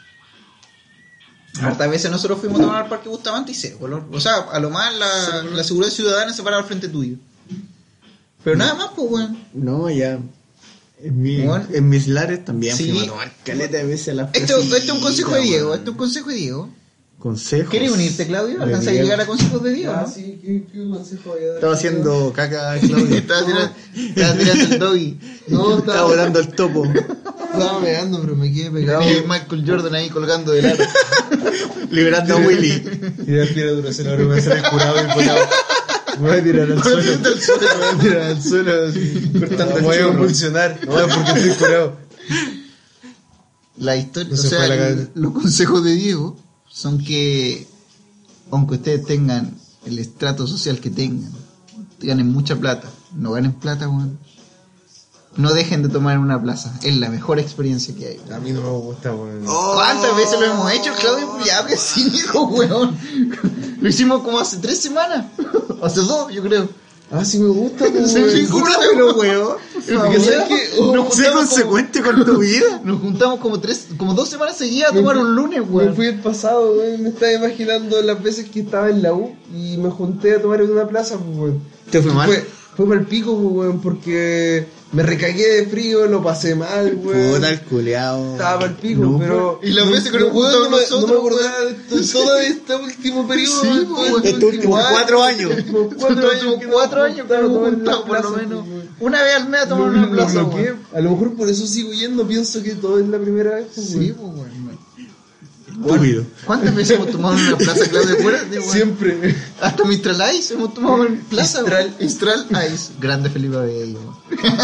Hartas veces nosotros fuimos a tomar al Parque Bustamante y cero color. O sea, a lo más la, la seguridad ciudadana se paraba al frente tuyo. Pero nada más, pues, weón. no, ya. En, mi- Bueno. en mis lares también Sí. fuimos a tomar caleta de veces a la Este, este es un consejo de Diego. Este es un consejo de Diego. Consejos. ¿Quieres unirte, Claudio? De ¿Alcanza a Diego. llegar a consejos de Diego? Ah, ¿no? sí, ¿qué, qué consejo voy a dar? Estaba haciendo caca, Claudio. Estaba tirando, estaba tirando el doggy. No, Estaba estaba, volando el topo. estaba meando, pero me quedé pegado. Y Michael Jordan ahí colgando del aro. Liberando a Willy. Y la tira duración, ahora me voy a hacer el curado y volado. Me voy a tirar al suelo. Me voy a tirar al suelo así. Cortando No, el me voy a churro. convulsionar. No, porque estoy curado. La historia, No o se sea, fue a la el- cabeza. los consejos de Diego son que, aunque ustedes tengan el estrato social que tengan, ganen mucha plata, no ganen plata, weón, no dejen de tomar en una plaza. Es la mejor experiencia que hay. A mí no me gusta, weón. ¿Cuántas veces lo hemos hecho, Claudio? Ya, que cínico, weón. Lo hicimos como hace tres semanas. Hace dos, yo creo. Ah, sí me gusta, weón. Sí, sí, Pero, weón, Porque sabes que nos sé juntamos consecuente con tu vida. como, nos juntamos como tres, como dos semanas seguidas a Me tomar fui- un lunes, Me weón. fui el pasado, weón. Me estaba imaginando las veces que estaba en la U y me junté a tomar en una plaza, pues, weón. ¿Te fue mal? Fue, fue para el pico, pues, weón, porque me recagué de frío, lo pasé mal, weón. Puta el culeado. Estaba para el pico, No, pero. y las no- veces que nos no, weón, juntamos no me- nosotros, No me acordaba weón. de esto, todo este último periodo. Sí, todo weón. este Estos últimos año, cuatro años. estos últimos Los cuatro últimos años que cuatro nos años que nos juntamos en la juntamos, por lo plaza, menos. pues, weón. Una vez al mes a tomar Lo- una lo plaza, bloqueé. weón. A lo mejor por eso sigo yendo, pienso que todo es la primera vez, pues, Sí, weón. pues, weón. Estúpido. ¿Cuántas veces hemos tomado en una plaza, Claudio? Acuérdate, weón. Siempre. Hasta Mistral Ice hemos tomado en plaza, Mistral. weón. Mistral Ice. Grande Felipe Abello, weón.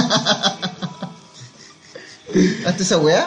¿Hasta esa weá?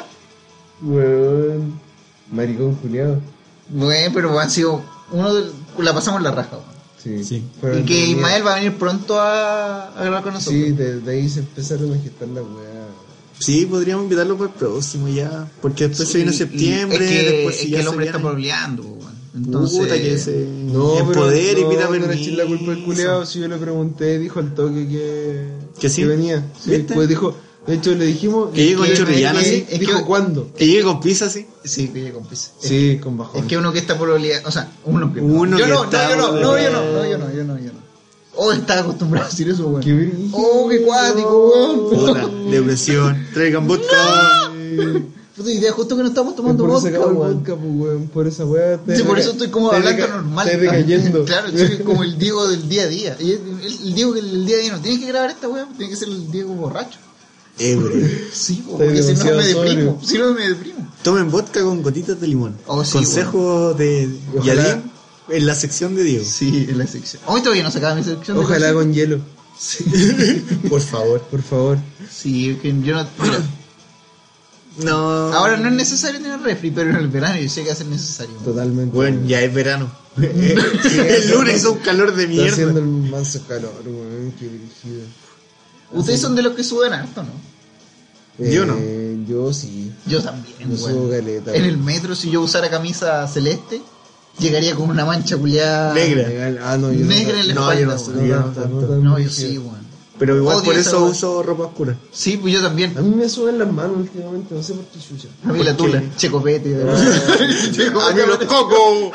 Weón. Maricón Juliado. Bueno, pero han sido. Uno de, la pasamos la raja, weón. Sí. Sí. Pero Y en que realidad- Ismael va a venir pronto a, a grabar con nosotros. Sí, de, de ahí se empezaron a gestar la weá. Sí, podríamos invitarlo para el próximo ya. Porque después se viene Sí, septiembre. Es que, después es si que ya el se hombre está viene. probleando, weón. Entonces. Puta, que se No, empodere y pero pida no, no le permiso. eché la culpa al culiado. Si yo le pregunté, dijo al toque que, ¿Que sí? venía. Sí, ¿Viste? pues dijo, de hecho le dijimos. Que llegue con que- chorrillana, que- sí. Es Dijo que- cuándo. Que llegue con pizza, sí. Sí, que llegue con pizza. Sí, con bajón. Es que uno que está probleando. O sea, uno que. Uno yo que no, está no, yo no, no, yo no, probleando. no, yo no, yo no, yo no. Oh, estaba acostumbrado a decir eso, weón. Qué brillo. Oh, qué cuático, weón. Puta, depresión. Traigan vodka. Puta idea, justo que no estamos Es tomando por eso se vodka, acabó el weón. vodka, pues, weón. Por esa weá. te Sí, por deca- eso estoy como te hablando deca- normal. Te decayendo. Claro, sí, como el Diego del día a día. Y el, el- el Diego que el día a día no tiene que grabar esta weá, tiene que ser el Diego borracho. Ebrio. Sí, po, Estoy porque si no me demasiado deprimo. sobrio. Si no me deprimo. Tomen vodka con gotitas de limón. Oh, sí, Consejo de Ojalá- Yadín en la sección de Diego. Sí, en la sección. Hoy todavía no sacaba mi sección. de Ojalá consejos. con hielo. Por favor. Por favor. Sí, es que yo no. Mira, No. ahora no es necesario tener refri, pero en el verano yo sé que va a ser necesario. Totalmente. Bueno, ya es verano. El lunes hizo un calor de Está haciendo mierda. el manso calor, weón. Qué brígido. Ustedes son de los que suben harto, ¿no? Yo no. Eh, Yo sí. Yo también, Yo weón. subo caleta, En weón. el metro, si yo usara camisa celeste, llegaría con una mancha culiada. Negra. Legal. Ah, no, yo Negra en la No, yo no espalda, soy- weón. no tanto, tanto. tan No, yo brígido. sí, weón. Pero igual Odio por esa eso weá. uso ropa oscura. Sí, pues yo también. A mí me suben las manos últimamente, no sé por qué chucha. A mí la ¿Por qué? tula, checopete. A mí los cocos.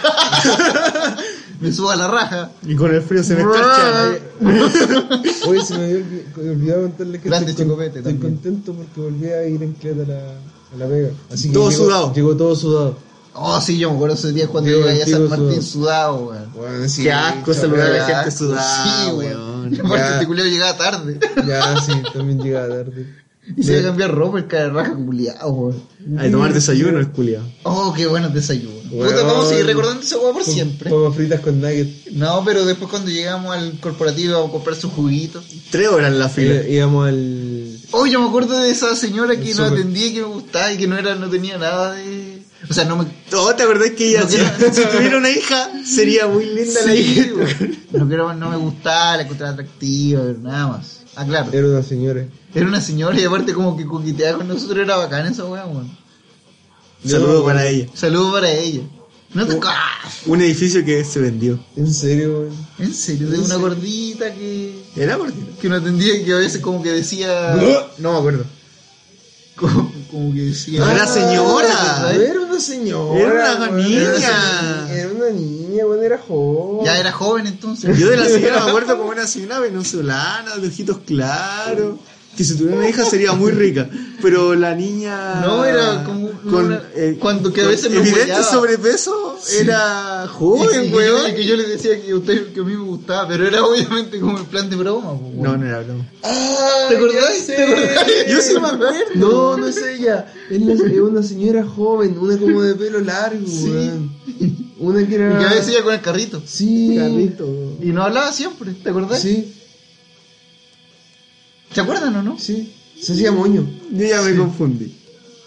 Me subo a la raja. Y con el frío se me escarchan. Oye, se me había olvi- me olvidado contarles que Grande estoy, con- Chicopete estoy también. contento porque volví a ir en cleta a la, a la Vega. Así que Todo llegó- sudado. Llegó todo sudado. Oh, sí, yo me acuerdo ese día cuando Digo, llegué allá a San digo, Martín sudado. sudado, weón. Bueno, sí, Qué asco cabrón. saludar a la Qué gente asco, sudada, sí, weón. Aparte, Ya. este culiao llegaba tarde. Ya, sí, también llegaba tarde. Y se iba a cambiar ropa el cara de raja culiao, weón. A tomar desayuno el culiao. Oh, qué buenos desayunos. Weón. Puta, vamos a seguir recordando esa weá por siempre. Papas fritas con nuggets. No, pero después cuando llegamos al corporativo íbamos a comprar sus juguitos. Tres horas en la fila. Eh, íbamos al. Oh, yo me acuerdo de esa señora que El nos súper. atendía y que me gustaba y que no era, no tenía nada de. O sea, no me. Oh, ¿te acordás que ella, No si, quiero- si tuviera una hija, sería muy linda la Sí, hija? weón. No, quiero, no me gustaba, la encontraba atractiva, pero nada más. Ah, claro. Era una señora. Era una señora y aparte como que coqueteaba con nosotros, era bacán esa weá, weón. Saludos para ella. Saludos para ella. No te... ¡Ah! Un edificio que se vendió. En serio, weón. En serio, de una gordita que, Era gordita. que uno atendía y que a veces como que decía... No me acuerdo. Como, como que decía... Era señora. ¿verdad? Era una señora. Era una weón. niña. Era una niña, weón, era joven. Ya era joven entonces. Yo de la señora me acuerdo como una señora venezolana, de ojitos claros. Que si tuviera una hija sería muy rica. Pero la niña. No, era como- Con, era- eh, cuando que a con veces me evidente hueveaba. sobrepeso, era Y joven, que, yo, weón. y que yo le decía que, usted, que a mí me gustaba, pero era obviamente como en plan de broma. po, weón. No, no era broma. Ah, ¿Te acordás? ya sé. ¿Te acordás? Yo sí me acuerdo. No, no es ella. Es, la- es una señora joven, una como de pelo largo, Sí. weón. Una que era. Y que a veces iba con el carrito. Sí. Y no hablaba siempre, ¿te acordás? Sí, ¿Se acuerdan o no? sí. Se hacía moño. Yo ya me confundí.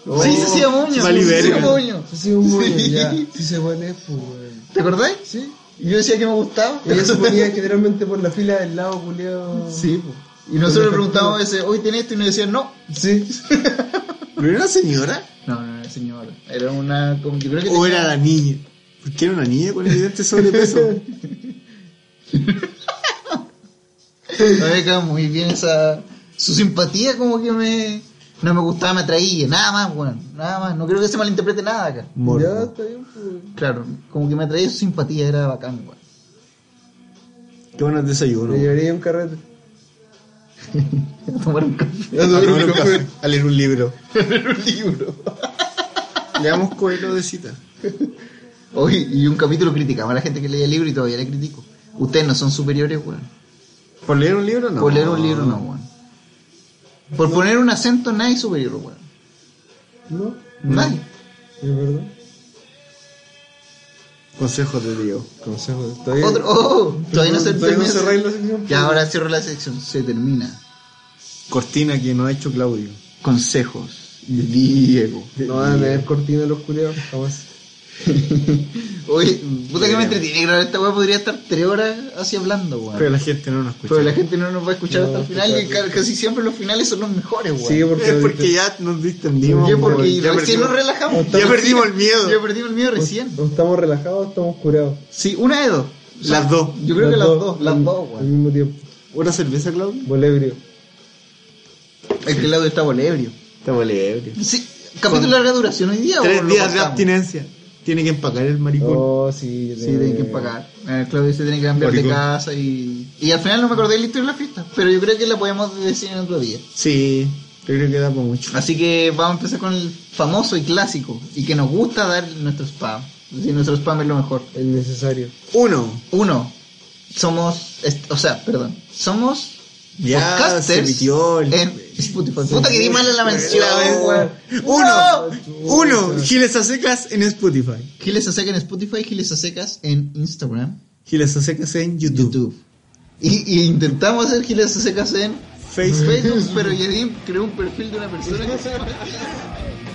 Oh, sí, se hacía moño. vale Se hacía verga. moño. Se hacía un moño, Sí. ya. Sí sé cuál es, pues, weón. ¿Te acordáis? Sí. Y yo decía que me gustaba. Ella se ponía generalmente por la fila del lado, culiao. Sí, po. Y nosotros le preguntábamos a veces, hoy tenés esto, y nos decían no. Sí. ¿Pero era una señora? No, no era señora. Era una. Como, yo creo que ¿O tenía- era la niña? Porque era una niña con evidente sobrepeso. No me quedaba muy bien esa. Su simpatía, como que me. No me gustaba, me atraía. Nada más, weón. Nada más. No creo que se malinterprete nada acá. Morbo. Ya, está bien, pues. Claro, como que me atraía su simpatía, era bacán, weón. Qué bueno el desayuno. Me llevaría un carrete. A tomar un café. A tomar un café, a leer un libro. un libro. Le damos Coelho de cita. Oye, y un capítulo criticaba a la gente que leía el libro y todavía le critico. Ustedes no son superiores, weón. ¿Por leer un libro? No. Por leer un libro, no, weón. Por poner un acento, nadie es superior, weón. No, Nadie. es verdad. Consejos de Diego. Consejo. Todavía, Otro, oh, todavía no se todavía no termina. cerráis la sección. Ya, ahora cierro la sección. Se termina. Cortina que nos ha hecho Claudio. Consejos de Diego. No van a tener cortina los culiados, jamás. Oye, puta que me entretiene grabar esta weá. Podría estar tres horas así hablando, weón. Pero la gente no nos escucha. Pero la gente no nos va a escuchar No, hasta el final y escuchar. ca- casi siempre los finales son los mejores, weón. Sí, porque, Es porque ya nos distendimos. Ya porque weón. Ya recién nos perdimos- relajamos. Ya perdimos el miedo. Ya perdimos el miedo recién. o estamos relajados o estamos curados. Sí, una de dos. Las dos. Yo creo que las dos, las al- dos, Al weón. mismo tiempo. ¿Una cerveza, Claudio? Bolebrio. Es que el lado está bolebrio. Está ebrio. Sí, capítulo de larga duración hoy día. ¿o Tres lo días de pasamos? abstinencia. Tiene que empacar el maricón. Oh, sí. yo Sí, tengo tienen que empacar. Eh, Claudio se tiene que cambiar de Maricón. casa y... Y al final no me acordé de la historia de la fiesta, pero yo creo que la podemos decir en otro día. Sí, yo creo que da por mucho. Así que vamos a empezar con el famoso y clásico, y que nos gusta dar nuestro spam. Es decir, nuestro spam es lo mejor. El necesario. Uno. Uno, somos... est- O sea, perdón. Somos... Ya podcasters se emitió el- en Spotify. Puta que di mal en la mención, La- weón. Uno. ¡No! Uno. Giles a secas en Spotify. Giles a secas en Spotify, Giles a secas en Instagram, Giles a secas en YouTube. YouTube. Y, y intentamos hacer Giles a secas en Facebook. Facebook, pero Yedim creó un perfil de una persona que se llama...